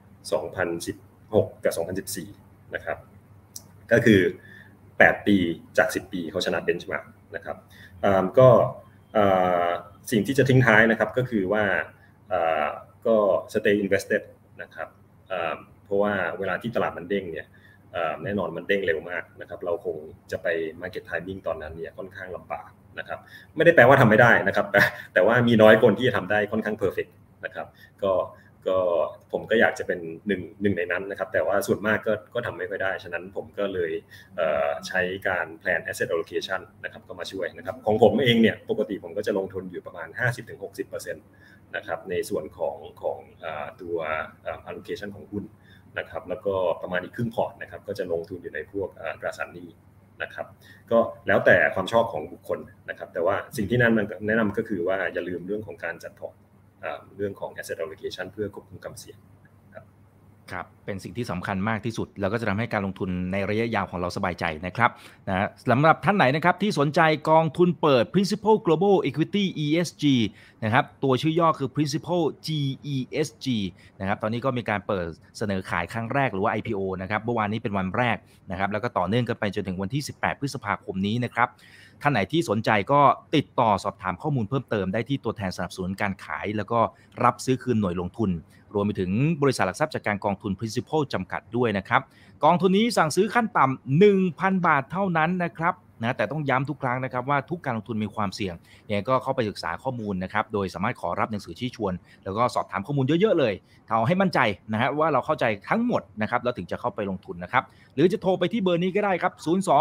2016กับ2014นะครับก็คือ8ปีจาก10ปีเขาชนะเบนช์มาร์กนะครับก็สิ่งที่จะทิ้งท้ายนะครับก็คือว่าก็ stay invested นะครับเพราะว่าเวลาที่ตลาดมันเด้งเนี่ยแน่นอนมันเด้งเร็วมากนะครับเราคงจะไป market timing ตอนนั้นเนี่ยค่อนข้างลำบากนะครับไม่ได้แปลว่าทำไม่ได้นะครับแต่ว่ามีน้อยคนที่จะทำได้ค่อนข้าง perfect นะครับก็ก็ผมก็อยากจะเป็นหนึ่งในนั้นนะครับแต่ว่าส่วนมากก็ทำไม่ค่อยได้ฉะนั้นผมก็เลยใช้การ plan asset allocation นะครับก็มาช่วยนะครับของผมเองเนี่ยปกติผมก็จะลงทุนอยู่ประมาณ 50-60% นะครับในส่วนของตัว allocation ของหุ้นนะครับแล้วก็ประมาณอีกครึ่งพอร์ตนะครับก็จะลงทุนอยู่ในพวกตราสารหนี้นะครับก็แล้วแต่ความชอบของบุคคลนะครับแต่ว่าสิ่งที่แนะนำก็คือว่าอย่าลืมเรื่องของการจัดพอร์ตเรื่องของ asset allocation เพื่อควบคุมความเสี่ยงครับเป็นสิ่งที่สำคัญมากที่สุดแล้วก็จะทำให้การลงทุนในระยะยาวของเราสบายใจนะครับนะสำหรับท่านไหนนะครับที่สนใจกองทุนเปิด Principal Global Equity ESG นะครับตัวชื่อย่อคือ Principal GESG นะครับตอนนี้ก็มีการเปิดเสนอขายครั้งแรกหรือว่า IPO นะครับเมื่อวานนี้เป็นวันแรกนะครับแล้วก็ต่อเนื่องกันไปจนถึงวันที่18พฤษภาคมนี้นะครับท่านไหนที่สนใจก็ติดต่อสอบถามข้อมูลเพิ่มเติมได้ที่ตัวแทนสนับสนุนการขายแล้วก็รับซื้อคืนหน่วยลงทุนรวมไปถึงบริษัทหลักทรัพย์จัดการกองทุน Principal จำกัดด้วยนะครับกองทุนนี้สั่งซื้อขั้นต่ำ 1,000 บาทเท่านั้นนะครับนะแต่ต้องย้ำทุกครั้งนะครับว่าทุกการลงทุนมีความเสี่ยงยังไงก็เข้าไปศึกษาข้อมูลนะครับโดยสามารถขอรับหนังสือชี้ชวนแล้วก็สอบถามข้อมูลเยอะๆเลยเอาให้มั่นใจนะฮะว่าเราเข้าใจทั้งหมดนะครับแล้วถึงจะเข้าไปลงทุนนะครับหรือจะโทรไปที่เบอร์นี้ก็ได้ครับ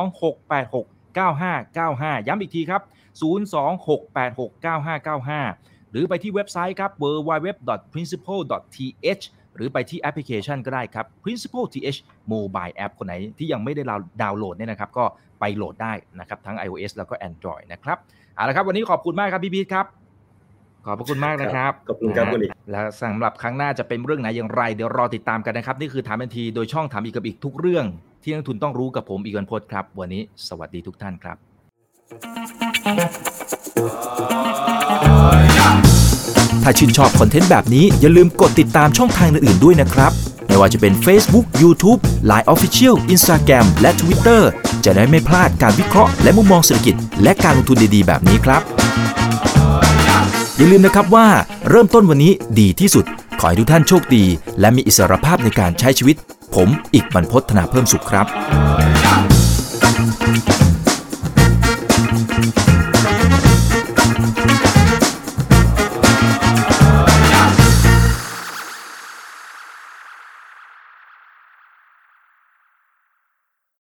026869595ย้ำอีกทีครับ026869595หรือไปที่เว็บไซต์ครับ www.principal.th หรือไปที่แอปพลิเคชันก็ได้ครับ Principal TH Mobile App คนไหนที่ยังไม่ได้ดาวน์โหลดเนี่ยนะครับก็ไปโหลดได้นะครับทั้ง iOS แล้วก็ Android นะครับเอาละครับวันนี้ขอบคุณมากครับพี่พีทครับขอบพระคุณมากนะครับขอบคุณครับคุณอีกและสำหรับครั้งหน้าจะเป็นเรื่องไหนอย่างไรเดี๋ยวรอติดตามกันนะครับนี่คือถามทันทีโดยช่องถามอีกกับอีกทุกเรื่องที่นักลงทุนต้องรู้กับผมอีกวันพจน์ครับวันนี้สวัสดีทุกท่านครับถ้าชื่นชอบคอนเทนต์แบบนี้อย่าลืมกดติดตามช่องทางอื่นๆด้วยนะครับไม่ว่าจะเป็น Facebook, YouTube, Line Official, Instagram และ Twitter จะได้ไม่พลาดการวิเคราะห์และมุมมองเศรษฐกิจและการลงทุนดีๆแบบนี้ครับอย่าลืมนะครับว่าเริ่มต้นวันนี้ดีที่สุดขอให้ทุกท่านโชคดีและมีอิสรภาพในการใช้ชีวิตผมอีกบรรพต ธนาเพิ่มสุขครับ